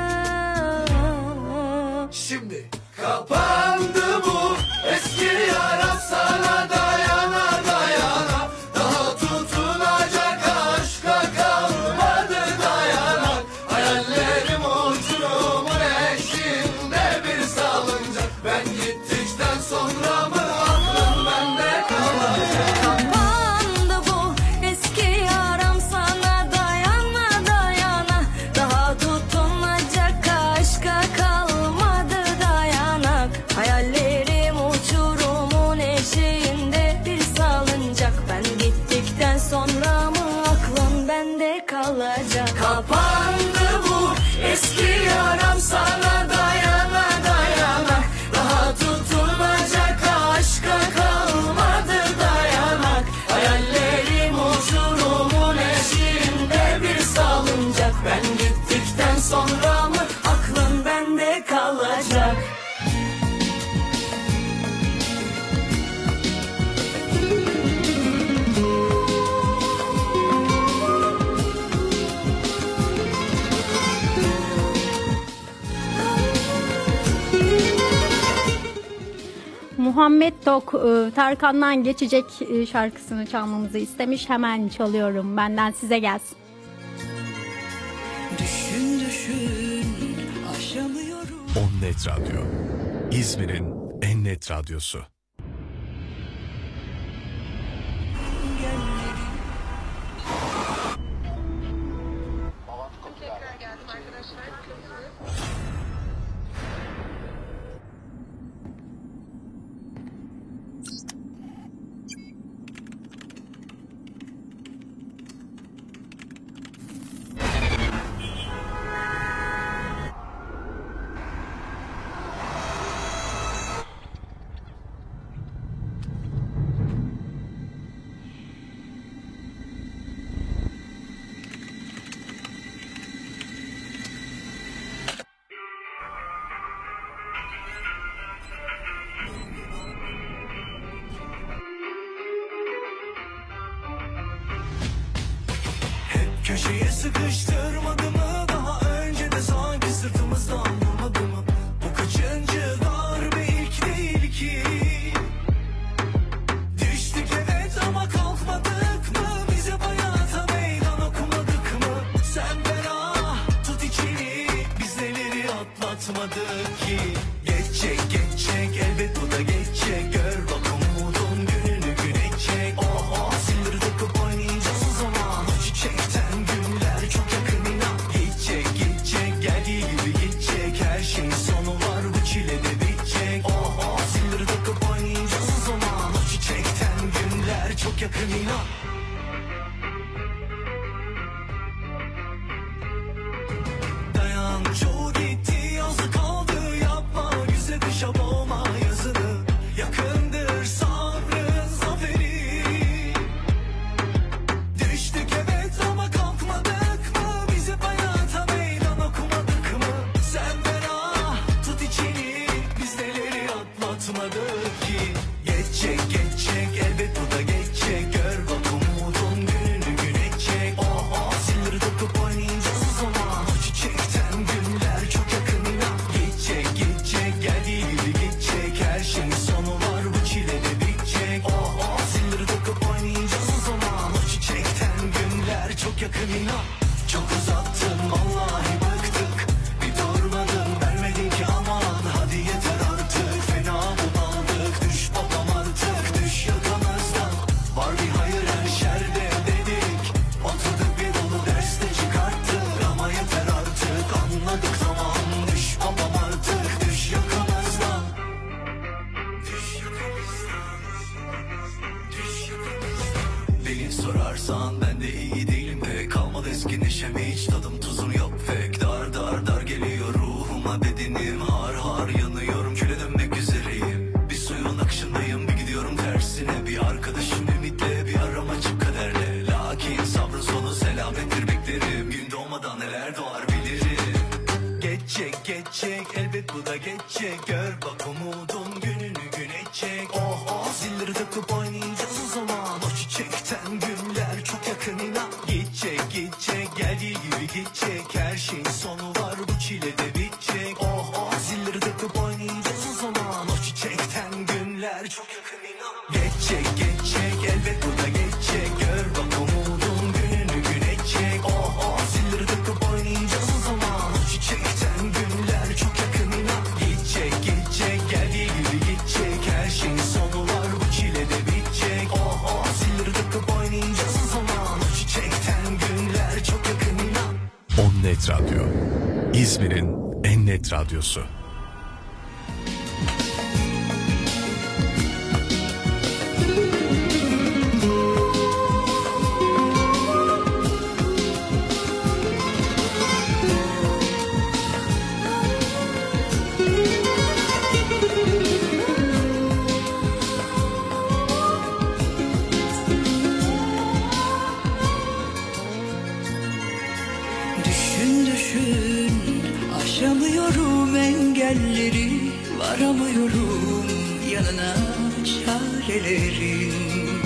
Şimdi kapandı bu eski yara, sana dayana dayana. Daha tutunacak aşka kalmadı dayanak. Hayallerim uçurumun eşiğinde bir salıncak. Ben gittikten sonra mı aklım bende kalacak? Kapandı bu eski yaram, sana dayana dayana. Daha tutunacak aşka kalmadı dayanak. Hayallerim uçurumun eşiğinde bir salıncak. Ben gittikten sonra mı aklım bende kalacak? Kapandı bu eski yaram, sana dayana dayana. Daha tutunacak aşka kalmadı dayanak. Hayallerim uçurumun eşiğinde bir salıncak. Ben gittikten sonra mı aklın bende kalacak? Muhammed Tok e, Tarkan'dan Geçecek e, şarkısını çalmamızı istemiş. Hemen çalıyorum. Benden size gelsin. Düşün düşün aşamıyorum. On Net Radyo, İzmir'in en net radyosu. köşeye sıkıştırmadı mı? Daha önce de sanki sırtımızdan vurmadı mı? Bu kaçıncı darbe, ilk değil ki. Düştük evet ama kalkmadık mı? Bize hayata meydan okumadık mı? Sen ferah tut içini, biz neleri atlatmadık ki. Geçecek geçecek elbet bu da geçecek. Gör bak umudun gününü güneşecek. Oha silleri takıp oynayacağız o zaman. O çiçekten günler çok yakın inan. Geçecek geçecek geldiği gibi geçecek. Her şeyin sonu var bu çile de bitecek. Oha silleri takıp oynayacağız o zaman. O çiçekten günler çok yakın inan. Dayan çoğu gitti yazı kaldı. Yapma güze dışa boğma yazını. Yakındır sabrın zaferi. Düştük evet ama kalkmadık mı? Bizi hayata meydan okumadık mı? Sen ferah tut içini, biz neleri atlatmadık ki. Geçecek geçecek elbet bu da geçecek. Gör bak umudun gününü güneşecek. Oha silleri takıp oynayacağız o zaman. O çiçekten günler çok yakın inan. Geçecek geçecek geldiği gibi geçecek. Her şeyin sonu var bu çile de bitecek. Oha silleri takıp oynayacağız o zaman. O çiçekten günler çok yakın inan. Çok uzattın vallahi bıktık. Bir durmadın vermedin ki aman. Hadi yeter artık fena bunaldık. Düş babam artık düş yakamızdan. Var bir hayır her şerde dedik. Oturduk bir dolu derste çıkarttık. Ama yeter artık anladık tamam. Düş babam artık düş yakamızdan. Düş yakamızdan. Düş yakamızdan. Beni sorarsan ben de iyi değilim pek. Kalmadı eski neşem hiç tadım tuzum yok pek. Dar dar dar geliyor ruhuma bedenim. Har har yanıyorum küle dönmek üzereyim. Bir suyun akışındayım bir gidiyorum tersine. Bir arkadaşım ümitle bir aram açık kaderle. Lakin sabrın sonu selamettir beklerim. Gün doğmadan neler doğar bilirim. Geçecek geçecek elbet bu da geçecek. Gör bak umudun gününü güneşecek. Oh oh zilleri takıp oynayacağız o zaman. O çiçekten günler çok yakın inan. Geçecek geçecek geldiği gibi geçecek. Her şeyin sonu var bu çile de bitecek. Oh oh zilleri takıp oynayacağız o zaman. O çiçekten günler çok yakın inan. Geçecek geçecek elbet bu da geçecek. Gör bak umudun gününü güneşecek. Oh oh zilleri takıp oynayacağız o zaman. O çiçekten günler çok yakın inan. Geçecek geçecek geldiği gibi geçecek. Her şeyin sonu var bu çile de bitecek. Oh oh zilleri takıp oynayacağız o zaman. O çiçekten günler çok yakın inan. On Net Radyo, İzmir'in en net radyosu. Düşün düşün aşamıyorum engelleri. Varamıyorum yanına çarelerin.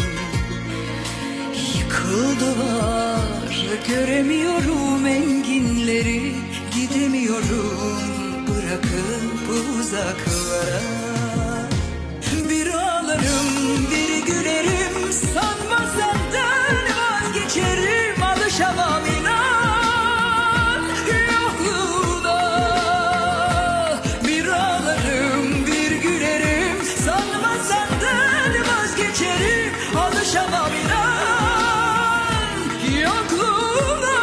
Yıkıldılar göremiyorum enginleri. Gidemiyorum bırakıp uzaklara. Bir ağlarım bir gülerim. Sanma senden vazgeçerim. Alışamam inan yokluğuna. Bir ağlarım bir gülerim. Sanma senden vazgeçerim. Alışamam inan yokluğuna.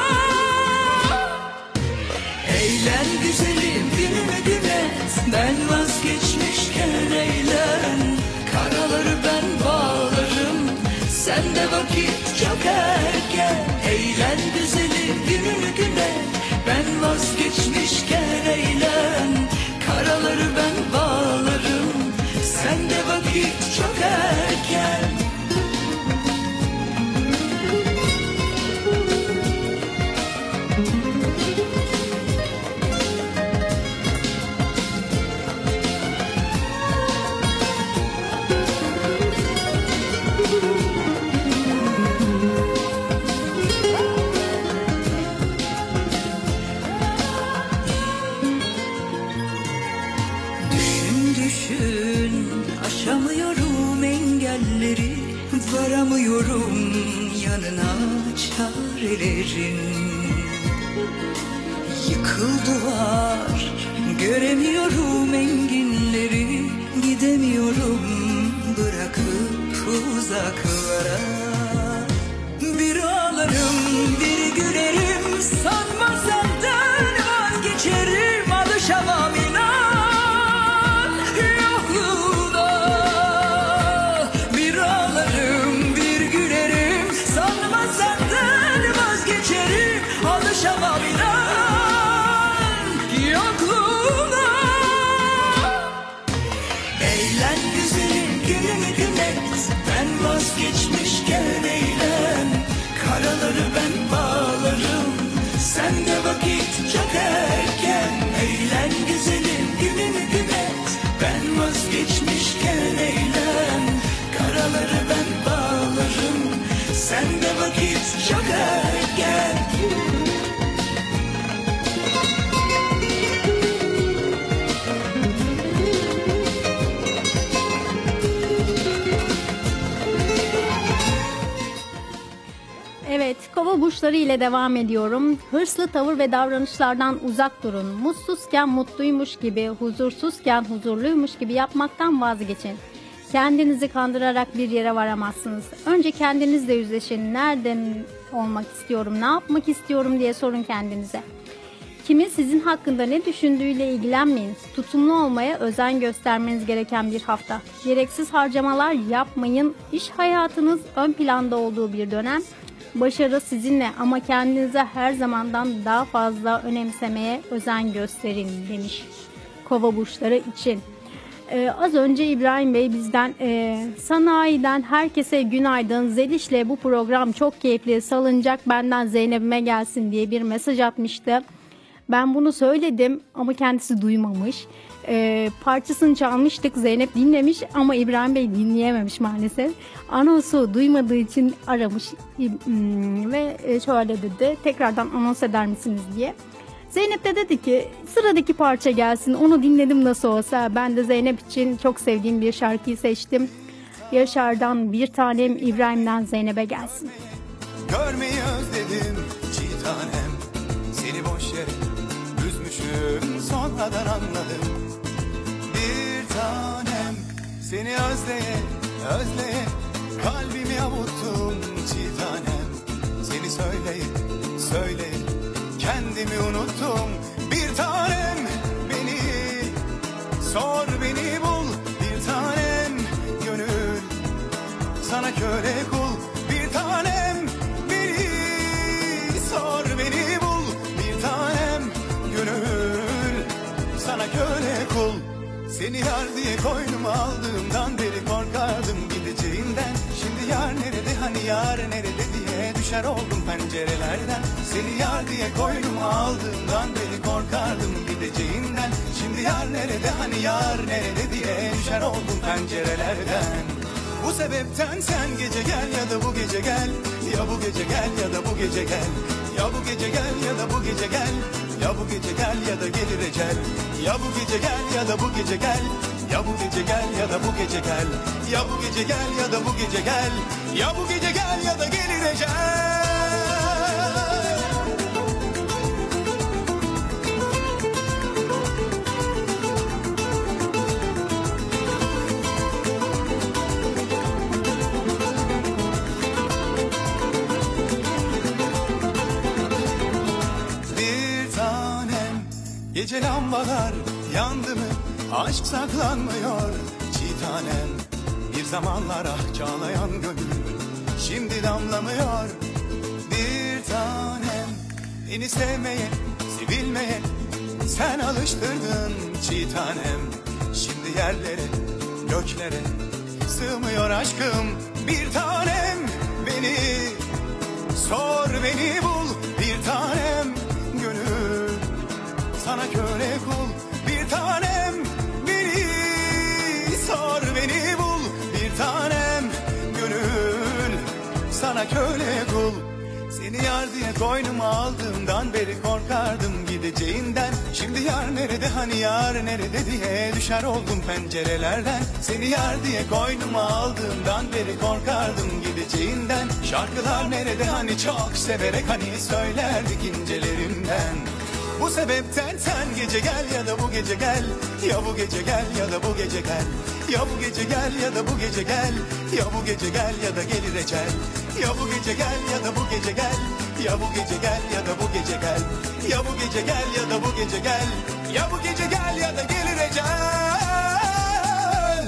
Eğlen güzelim dinledim et. Ben vazgeçmişken eğlen. Karaları ben bağlarım. Sen yanına çarelerin. Yıkıl duvar, göremiyorum enginleri, gidemiyorum bırakıp uzaklara. Bir ağlarım, bir gülerim, sanma senden vazgeçerim, alışamam inan yokluğuna. Bir ağlarım, bir gülerim, sanma senden vazgeçerim, alışamam inan yokluğuna. Eğlen güzelim, günümü gün et, ben vazgeçmişken eğlen. Karaları ben bağlarım, sen de vakit çok erken. Eğlen güzelim, günümü gün et, ben vazgeçmişken eğlen. Karaları ben bağlarım, sen de vakit çok erken. Evet, kova burçları ile devam ediyorum. Hırslı tavır ve davranışlardan uzak durun. Mutsuzken mutluymuş gibi, huzursuzken huzurluymuş gibi yapmaktan vazgeçin. Kendinizi kandırarak bir yere varamazsınız. Önce kendinizle yüzleşin. Nereden olmak istiyorum, ne yapmak istiyorum diye sorun kendinize. Kimin sizin hakkında ne düşündüğüyle ilgilenmeyin. Tutumlu olmaya özen göstermeniz gereken bir hafta. Gereksiz harcamalar yapmayın. İş hayatınız ön planda olduğu bir dönem. Başarı sizinle ama kendinize her zamandan daha fazla önemsemeye özen gösterin demiş kova burçları için. Ee, az önce İbrahim Bey bizden e, sanayiden herkese günaydın. Zeliş'le bu program çok keyifli. Salıncak benden Zeynep'ime gelsin diye bir mesaj atmıştı. Ben bunu söyledim ama kendisi duymamış. Ee, parçasını çalmıştık, Zeynep dinlemiş ama İbrahim Bey dinleyememiş maalesef. Anonsu duymadığı için aramış ve şöyle dedi, tekrardan anons eder misiniz diye. Zeynep de dedi ki sıradaki parça gelsin, onu dinledim nasıl olsa. Ben de Zeynep için çok sevdiğim bir şarkıyı seçtim. Yaşar'dan Bir Tanem, İbrahim'den Zeynep'e gelsin. Görmeyi özledim çiğ tanem, seni boş yere üzmüşüm, sonradan anladım. Bir tanem, seni özleye özleye kalbimi avuttum çiğ tanem. Seni söyleyip söyleyip kendimi unuttum. Bir tanem, beni sor, beni bul. Bir tanem, gönül sana köle kul. Bir tanem, beni sor, beni bul. Bir tanem, gönül sana köle kul. Seni yar diye koynuma aldığımdan beri korkardım gideceğinden. Şimdi yar nerede, hani yar nerede diye düşer oldum pencerelerden. Seni yar diye koynuma aldığımdan beri korkardım gideceğinden. Şimdi yar nerede, hani yar nerede diye düşer oldum pencerelerden. Bu sebepten sen gece gel ya da bu gece gel. Ya bu gece gel ya da bu gece gel. Ya bu gece gel ya da bu gece gel. Ya bu gece gel ya da gelir ecel. Ya bu gece gel ya da bu gece gel. Ya bu gece gel ya da bu gece gel. Ya bu gece gel ya da bu gece gel. Ya bu gece gel ya da gelir ecel. Gece lambalar yandı mı, aşk saklanmıyor çiğ tanem. Bir zamanlar ah çağlayan gönül şimdi damlamıyor. Bir tanem, beni sevmeye, sevilmeye sen alıştırdın çiğ tanem. Şimdi yerlere, göklere sığmıyor aşkım. Bir tanem, beni sor, beni bul. Bir tanem, gönül sana köle kul. Bir tanem, beni sor, beni bul. Bir tanem, gönül sana köle kul. Seni yar diye koynuma aldığımdan beri korkardım gideceğinden. Şimdi yar nerede, hani yar nerede diye düşer oldum pencerelerden. Seni yar diye koynuma aldığımdan beri korkardım gideceğinden. Şarkılar nerede, hani çok severek hani söylerdik incelerinden. Bu sebepten sen gece gel ya da bu gece gel, ya bu gece gel ya da bu gece gel, ya bu gece gel ya da bu gece gel, ya bu gece gel ya da gelir ecel, ya bu gece gel ya da bu gece gel, ya bu gece gel ya da bu gece gel, ya bu gece gel ya da bu gece gel, ya bu gece gel ya da gelir ecel.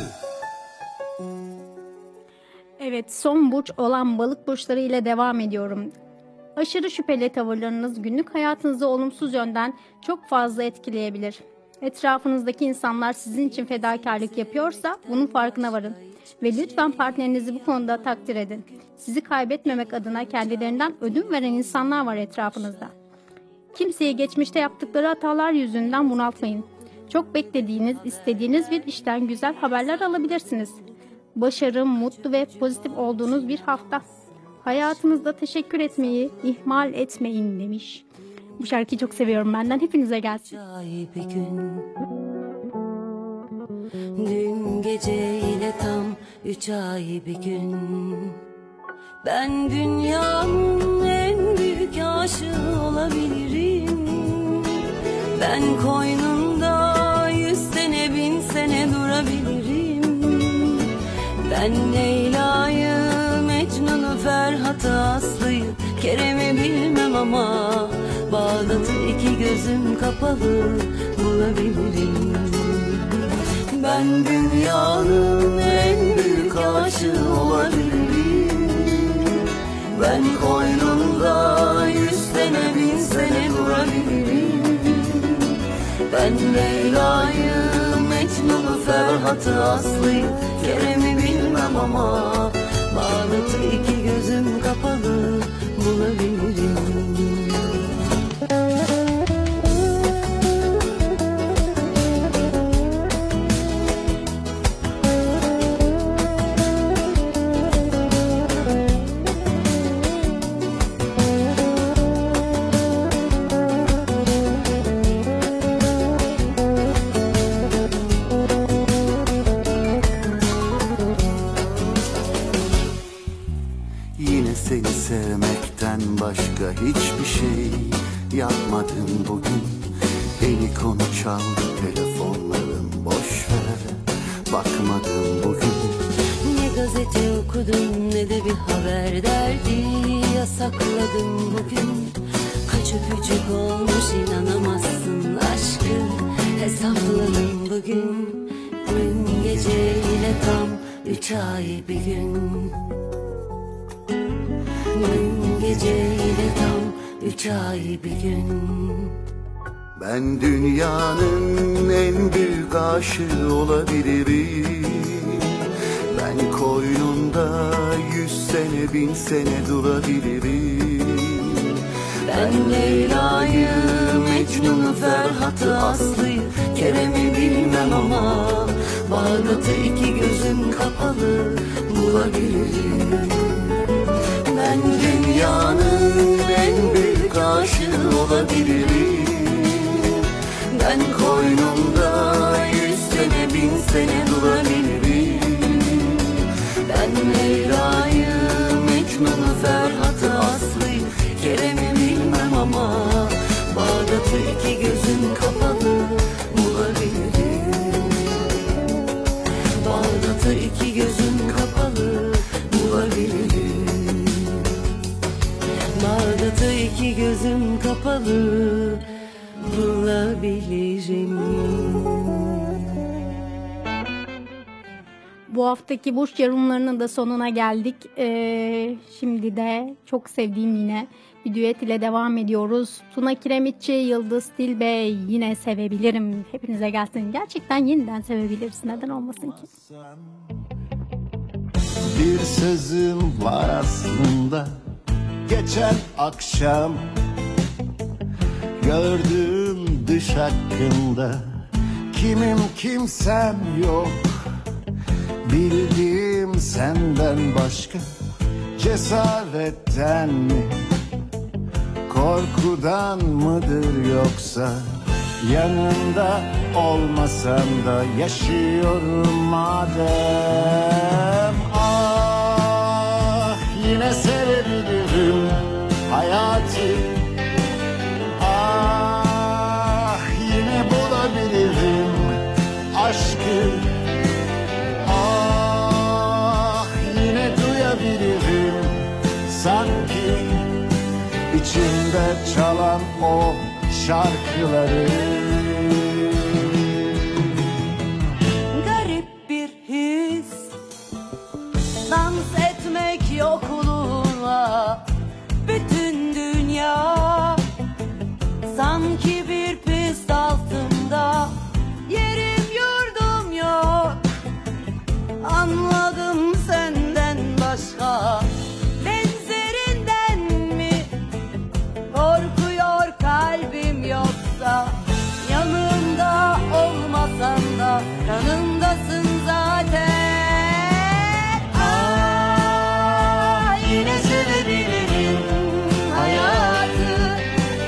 Evet, son burç olan balık burçları ile devam ediyorum. Aşırı şüpheli tavırlarınız günlük hayatınızı olumsuz yönden çok fazla etkileyebilir. Etrafınızdaki insanlar sizin için fedakarlık yapıyorsa bunun farkına varın. Ve lütfen partnerinizi bu konuda takdir edin. Sizi kaybetmemek adına kendilerinden ödün veren insanlar var etrafınızda. Kimseyi geçmişte yaptıkları hatalar yüzünden bunaltmayın. Çok beklediğiniz, istediğiniz bir işten güzel haberler alabilirsiniz. Başarı, mutlu ve pozitif olduğunuz bir hafta. Hayatınızda teşekkür etmeyi ihmal etmeyin demiş. Bu şarkıyı çok seviyorum benden. Hepinize gelsin. Bir gün, dün geceyle tam üç ay bir gün. Ben dünyanın en büyük aşığı olabilirim. Ben koynunda yüz sene bin sene durabilirim. Ben Leyla'yı, Mecnun'u, Ferhat'ı, Aslı'yı, Kerem'i bilmem ama Bağdat'ı iki gözüm kapalı bulabilirim. Ben dünyanın en büyük aşığı olabilirim. Ben koynunda yüz sene bin sene durabilirim. Ben Leyla'yı, Mecnun'u, Ferhat'ı, Aslı'yı, Kerem'i bilmem ama Bağdat'ı iki gözüm kapalı bulabilirim. Seni sevmekten başka hiçbir şey yapmadım bugün. Beni konu çaldı telefonlarım, boş ver, bakmadım bugün. Ne gazete okudum ne de bir haber derdi yasakladım bugün. Kaç öpücük olmuş inanamazsın aşkı hesapladım bugün. Dün geceyle tam üç ay bir gün. Dün geceyle tam üç ay bir gün. Ben dünyanın en büyük aşığı olabilirim. Ben koynunda yüz sene bin sene durabilirim. Ben Leyla'yı, Mecnun'u, Ferhat'ı, Aslı'yı, Kerem'i bilmem ama Bağdat'ı iki gözüm kapalı bulabilirim. Ben dünyanın en büyük aşığı olabilirim. Ben koynumda yüz sene bin sene durabilirim. Ben Leyla'yı, Mecnun'u, Ferhat'ı, Aslı'yı, Kerem'i bilmem ama Bağdat'ı iki gözüm kapalı bulabilirim. Bağdat'ı iki gözüm kapalı bulabilirim. Bağdat'ı iki gözüm kapalı bulabilirim. Bu haftaki burç yorumlarının da sonuna geldik. Ee, şimdi de çok sevdiğim yine bir düet ile devam ediyoruz. Tuna Kiremitçi, Yıldız Tilbe, yine sevebilirim. Hepinize gelsin. Gerçekten yeniden sevebiliriz. Neden olmasın ki? Bir sözüm var aslında. Geçen akşam gördüm düş hakkında. Kimim kimsem yok, bildiğim senden başka. Cesaretten mi korkudan mıdır yoksa? Yanında olmasam da yaşıyorum madem. Ah, yine sevebilirim hayatı. Ah, yine bulabilirim aşkı. Ah, yine duyabilirim sanki içimde çalan o şarkıları. Garip bir his, dans etmek yokluğuna, bütün dünya sanki bir pist altında. Yerim yurdum yok, anladım senden başka benzerinden mi? Korkuyor kalbim yoksa, yanımda olmasan da yanımdasın zaten. Ah, yine sevebilirim hayatı.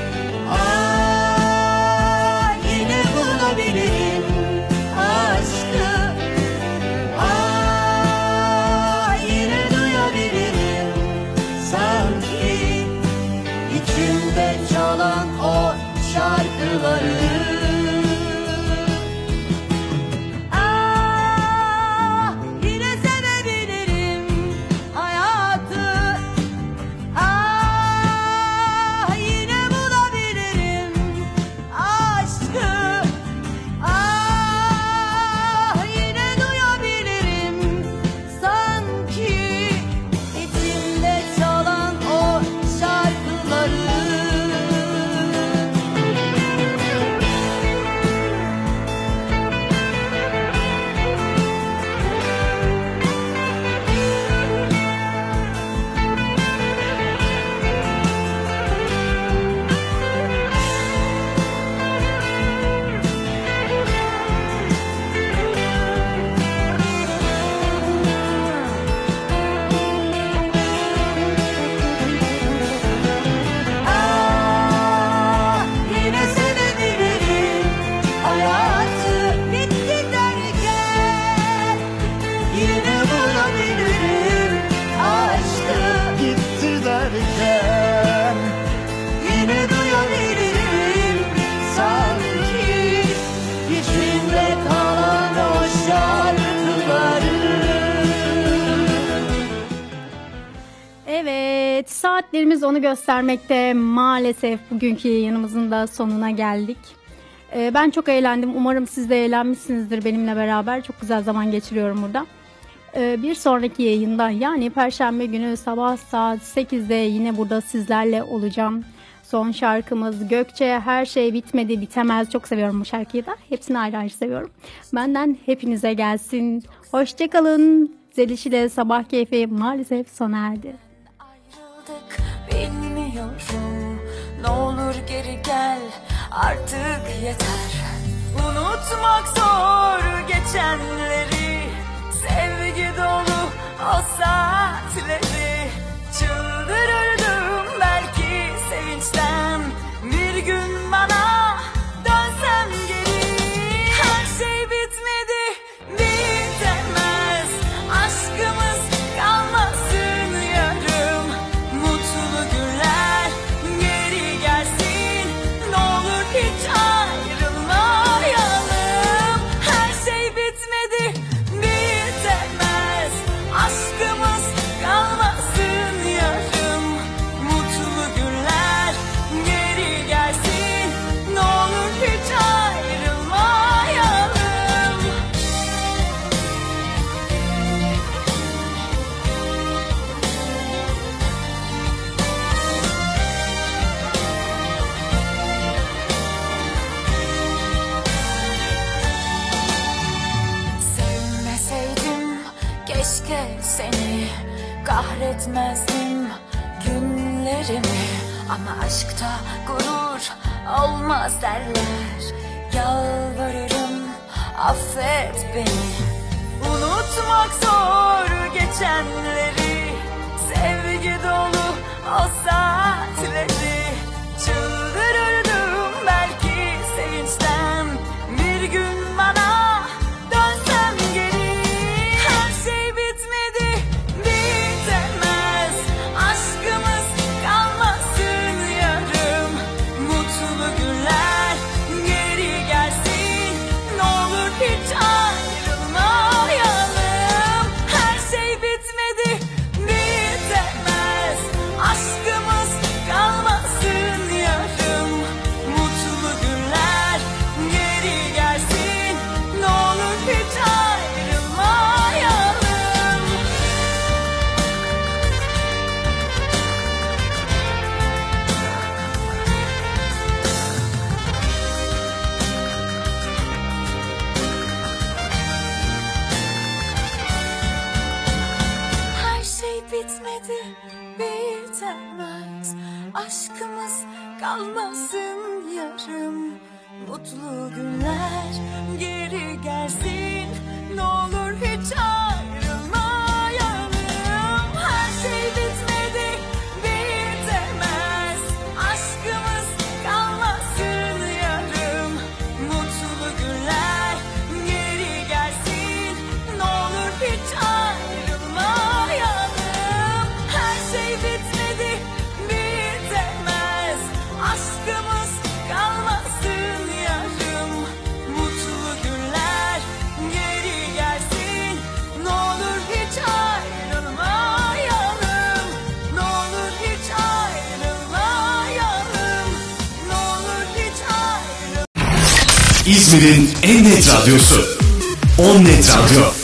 Ah, yine bulabilirim aşkı. Ah, yine duyabilirim sanki içimde çalan o şarkıları. Ah, yine sevebilirim hayatı. Ah, yine bulabilirim aşkı. Ah, yine duyabilirim sanki içimde çalan o şarkıları. Ah, yine sevebilirim hayatı. Bitti derken yine bulabilirim aşkı. Gitti derken Yine duyabilirim sanki içimde kalan o şarkıları. Evet, saatlerimiz onu göstermekte. Maalesef bugünkü yayınımızın da sonuna geldik. Ee, ben çok eğlendim. Umarım siz de eğlenmişsinizdir benimle beraber. Çok güzel zaman geçiriyorum burada. Ee, bir sonraki yayında, yani Perşembe günü sabah saat sekizde yine burada sizlerle olacağım. Son şarkımız Gökçe, Her Şey Bitmedi Bitemez. Çok seviyorum bu şarkıyı da. Hepsini ayrı ayrı seviyorum. Benden hepinize gelsin. Hoşçakalın. Zeliş ile Sabah Keyfi maalesef sona erdi. Bilmiyorum, ne olur geri gel, artık yeter. Unutmak zor geçenleri, sevgi dolu o saatleri. Çıldırırdım belki sevinçten, bir gün bana dönsen geri. Her şey bitmedi, bitemez, aşkımız kalmasın yarım. Mutlu günler geri gelsin, ne olur hiç ayrılmayalım. Her şey bitmedi, bitemez, aşkımız kalmasın yarım. Mutlu günler geri gelsin, ne olur hiç ayrılmayalım. Sevmeseydim keşke seni, kahretmezdim günlerimi. Ama aşkta gurur olmaz derler. Yalvarırım affet beni. Unutmak zor geçenleri, sevgi dolu o saatleri. bitmez. Aşkımız kalmasın yarım. Mutlu günler geri gelsin. Ne olur hiç ayrılmayalım. Her şey bitmedi, bitemez. Aşkımız kalmasın yarım. Mutlu günler geri gelsin. Ne olur hiç ayrılmayalım. Her şey bitmedi, bitemez. Aşkımız kalmasın yarım. Mutlu günler geri gelsin. Ne olur hiç ayrılmayalım. Ne olur hiç ayrılmayalım. Ne olur hiç ayrılmayalım. İzmir'in en net radyosu On Net Radyo.